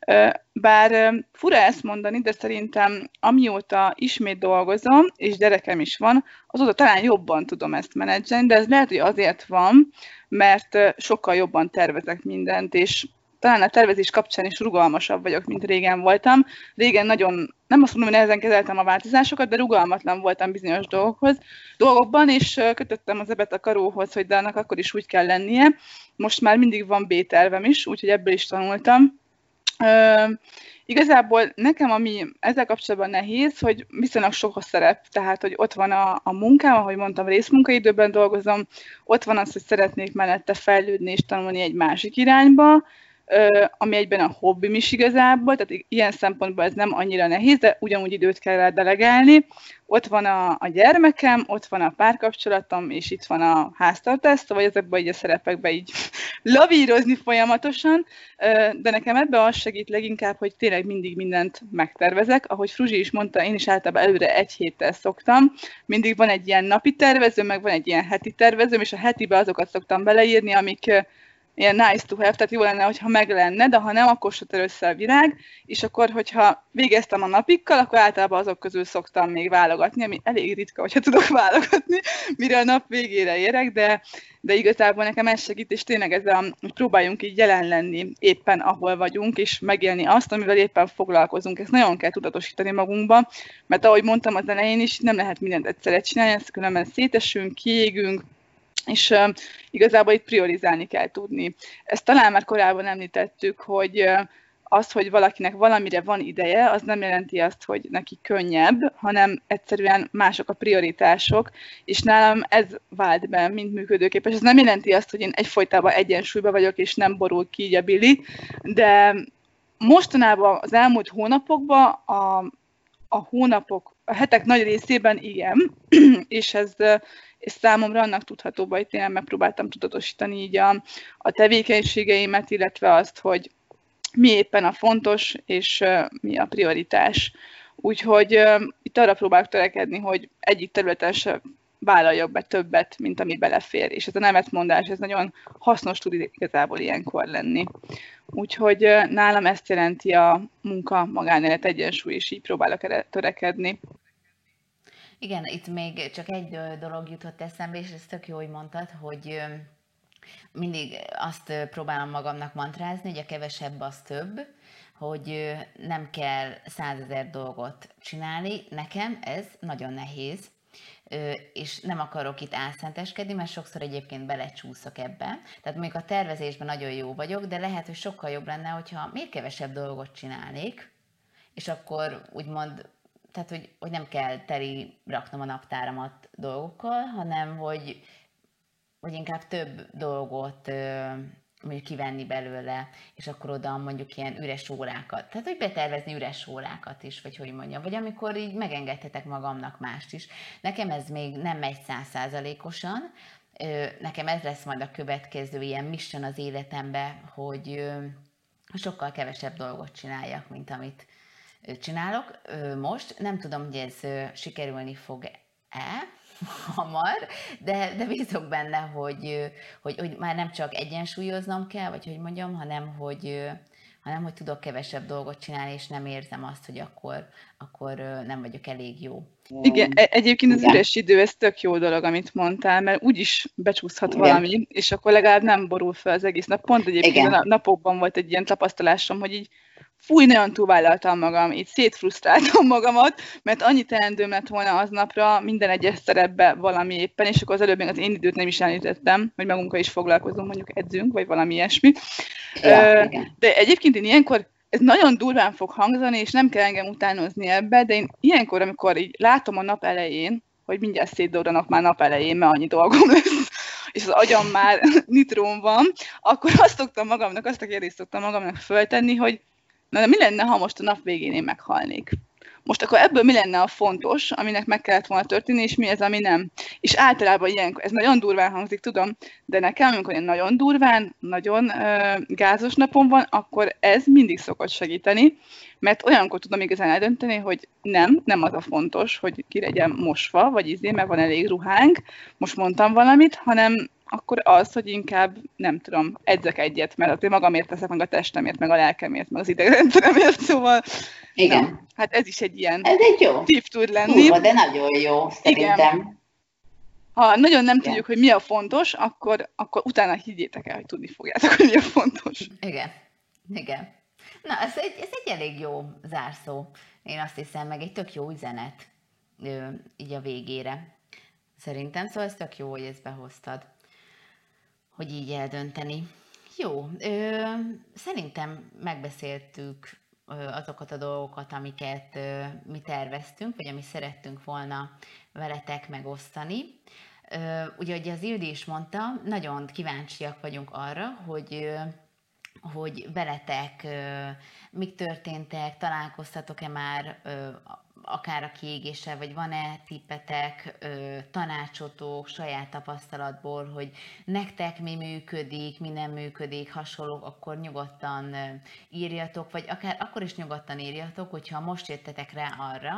Bár fura ezt mondani, de szerintem amióta ismét dolgozom, és gyerekem is van, azóta talán jobban tudom ezt menedzselni, de ez lehet, hogy azért van, mert sokkal jobban tervezek mindent, és talán a tervezés kapcsán is rugalmasabb vagyok, mint régen voltam. Régen nagyon, nem azt mondom, hogy nehezen kezeltem a változásokat, de rugalmatlan voltam bizonyos dolgokban, és kötöttem az ebet a karóhoz, hogy de annak akkor is úgy kell lennie. Most már mindig van B-tervem is, úgyhogy ebből is tanultam. Igazából nekem, ami ezzel kapcsolatban nehéz, hogy viszonylag sok a szerep, tehát, hogy ott van a munkám, ahogy mondtam, részmunkaidőben dolgozom, ott van az, hogy szeretnék mellette fejlődni és tanulni egy másik irányba, ami egyben a hobbim is igazából, tehát ilyen szempontból ez nem annyira nehéz, de ugyanúgy időt kell rá delegálni. Ott van a gyermekem, ott van a párkapcsolatom, és itt van a háztartás, szóval ezekben így a szerepekben így lavírozni folyamatosan, de nekem ebben az segít leginkább, hogy tényleg mindig mindent megtervezek. Ahogy Fruzsi is mondta, én is általában előre egy héttel szoktam. Mindig van egy ilyen napi tervezőm, meg van egy ilyen heti tervezőm, és a hetibe azokat szoktam beleírni, amik ilyen nice to have, tehát jó lenne, hogyha meg lenne, de ha nem, akkor se tör össze a virág, és akkor, hogyha végeztem a napikkal, akkor általában azok közül szoktam még válogatni, ami elég ritka, hogyha tudok válogatni, mire a nap végére érek, de igazából nekem ez segít, és tényleg hogy próbáljunk így jelen lenni éppen, ahol vagyunk, és megélni azt, amivel éppen foglalkozunk. Ezt nagyon kell tudatosítani magunkban, mert ahogy mondtam az elején is, nem lehet mindent egyszerre csinálni, ezt különben szétesünk, kiégünk, és igazából itt priorizálni kell tudni. Ezt talán már korábban említettük, hogy az, hogy valakinek valamire van ideje, az nem jelenti azt, hogy neki könnyebb, hanem egyszerűen mások a prioritások, és nálam ez vált be, mint működőképes. Ez nem jelenti azt, hogy én egyfolytában egyensúlyban vagyok, és nem borul ki így a bili, de mostanában az elmúlt hónapokban a hetek nagy részében igen, és számomra annak tudható, hogy tényleg megpróbáltam tudatosítani így a tevékenységeimet, illetve azt, hogy mi éppen a fontos, és mi a prioritás. Úgyhogy itt arra próbálok törekedni, hogy egyik területen se vállaljak be többet, mint ami belefér. És ez a nemetmondás, ez nagyon hasznos tud igazából ilyenkor lenni. Úgyhogy nálam ezt jelenti a munka-magánélet egyensúly, és így próbálok erre törekedni. Igen, itt még csak egy dolog jutott eszembe, és ez tök jó, hogy mondtad, hogy mindig azt próbálom magamnak mantrázni, hogy a kevesebb az több, hogy nem kell 100 000 dolgot csinálni. Nekem ez nagyon nehéz, és nem akarok itt álszenteskedni, mert sokszor egyébként belecsúszok ebbe. Tehát mondjuk a tervezésben nagyon jó vagyok, de lehet, hogy sokkal jobb lenne, hogyha még kevesebb dolgot csinálnék, és akkor úgymond, tehát hogy nem kell teli raknom a naptáramat dolgokkal, hanem hogy inkább több dolgot mondjuk kivenni belőle, és akkor oda mondjuk ilyen üres órákat. Tehát, hogy betervezni üres órákat is, vagy hogy mondjam. Vagy amikor így megengedhetek magamnak mást is. Nekem ez még nem megy 100%-osan. Nekem ez lesz majd a következő ilyen mission az életembe, hogy sokkal kevesebb dolgot csináljak, mint amit csinálok most. Nem tudom, hogy ez sikerülni fog-e hamar, de bízok benne, hogy már nem csak egyensúlyoznom kell, vagy hogy mondjam, hanem hogy tudok kevesebb dolgot csinálni, és nem érzem azt, hogy akkor nem vagyok elég jó. Igen, egyébként az üres idő, ez tök jó dolog, amit mondtál, mert úgyis becsúszhat valami, és akkor legalább nem borul fel az egész nap. Pont egyébként a napokban volt egy ilyen tapasztalásom, hogy így nagyon túlvállaltam magam, így szétfrusztráltam magamat, mert annyi teendőm lett volna aznapra minden egyes szerepbe valami éppen, és akkor az előbb még az én időt nem is említettem, hogy magunkkal is foglalkozunk, mondjuk edzünk, vagy valami ilyesmi. De egyébként én ilyenkor, ez nagyon durván fog hangzani, és nem kell engem utánozni ebbe, de én ilyenkor, amikor így látom a nap elején, hogy mindjárt szétdobranak már nap elején, mert annyi dolgom lesz, és az agyam már nitrón van, akkor azt a kérdést szoktam magamnak föltenni, hogy na, mi lenne, ha most a nap végén én meghalnék? Most akkor ebből mi lenne a fontos, aminek meg kellett volna történni, és mi az, ami nem? És általában ilyenkor, ez nagyon durván hangzik, tudom, de nekem, amikor én nagyon durván, nagyon gázos napon van, akkor ez mindig szokott segíteni, mert olyankor tudom igazán eldönteni, hogy nem az a fontos, hogy ki legyen mosva, vagy mert van elég ruhánk, most mondtam valamit, hanem akkor az, hogy inkább, nem tudom, edzek egyet, mert azért magamért teszek, meg a testemért, meg a lelkemért, meg az idegrendszeremért, szóval igen. Nem, hát ez is egy ilyen tipp tud lenni. De nagyon jó, szerintem. Igen. Ha nagyon nem tudjuk, hogy mi a fontos, akkor utána higgyétek el, hogy tudni fogjátok, hogy mi a fontos. Igen. Na, ez egy elég jó zárszó. Én azt hiszem, meg egy tök jó üzenet így a végére. Szerintem, szóval ez tök jó, hogy ezt behoztad, hogy így eldönteni. Jó, szerintem megbeszéltük azokat a dolgokat, amiket mi terveztünk, vagy amit szerettünk volna veletek megosztani. Ugye az Ildi is mondta, nagyon kíváncsiak vagyunk arra, hogy veletek mik történtek, találkoztatok-e már akár a kiégéssel, vagy van-e tippetek, tanácsotok saját tapasztalatból, hogy nektek mi működik, mi nem működik, hasonlók, akkor nyugodtan írjatok, vagy akár akkor is nyugodtan írjatok, hogyha most jöttetek rá arra,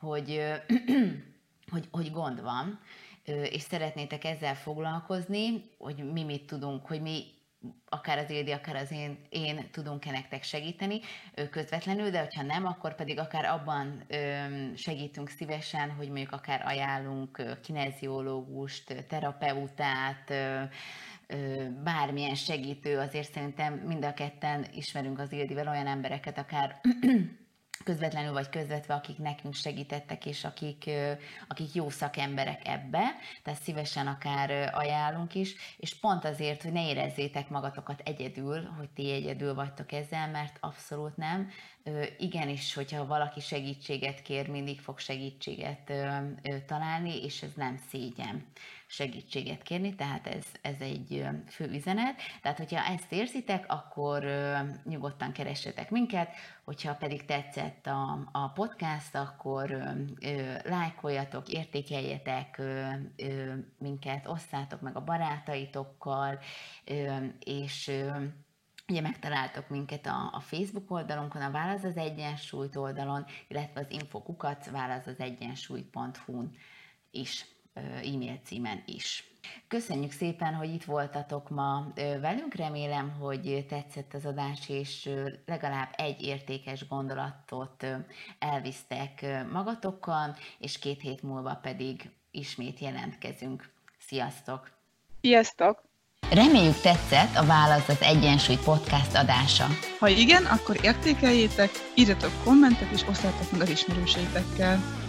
hogy gond van, és szeretnétek ezzel foglalkozni, hogy mi mit tudunk, hogy mi akár az Ildi, akár az én tudunk-e nektek segíteni közvetlenül, de hogyha nem, akkor pedig akár abban segítünk szívesen, hogy mondjuk akár ajánlunk kineziológust, terapeutát, bármilyen segítő, azért szerintem mind a ketten ismerünk az Ildivel olyan embereket, akár közvetlenül vagy közvetve, akik nekünk segítettek, és akik jó szakemberek ebbe, tehát szívesen akár ajánlunk is, és pont azért, hogy ne érezzétek magatokat egyedül, hogy ti egyedül vagytok ezzel, mert abszolút nem. Igenis, hogyha valaki segítséget kér, mindig fog segítséget találni, és ez nem szégyen segítséget kérni, tehát ez egy fő üzenet. Tehát, hogyha ezt érzitek, akkor nyugodtan keressetek minket, hogyha pedig tetszett a podcast, akkor lájkoljatok, értékeljetek minket, osszátok meg a barátaitokkal, és ugye megtaláltok minket a Facebook oldalunkon, a Válasz az Egyensúlyt oldalon, illetve az info@válaszazegyensúly.hu-n is, e-mail címen is. Köszönjük szépen, hogy itt voltatok ma velünk, remélem, hogy tetszett az adás, és legalább egy értékes gondolatot elvisztek magatokkal, és 2 hét múlva pedig ismét jelentkezünk. Sziasztok! Sziasztok! Reméljük tetszett a Válasz az Egyensúly podcast adása. Ha igen, akkor értékeljétek, írjatok kommentet és osszátok meg az ismerőseitekkel.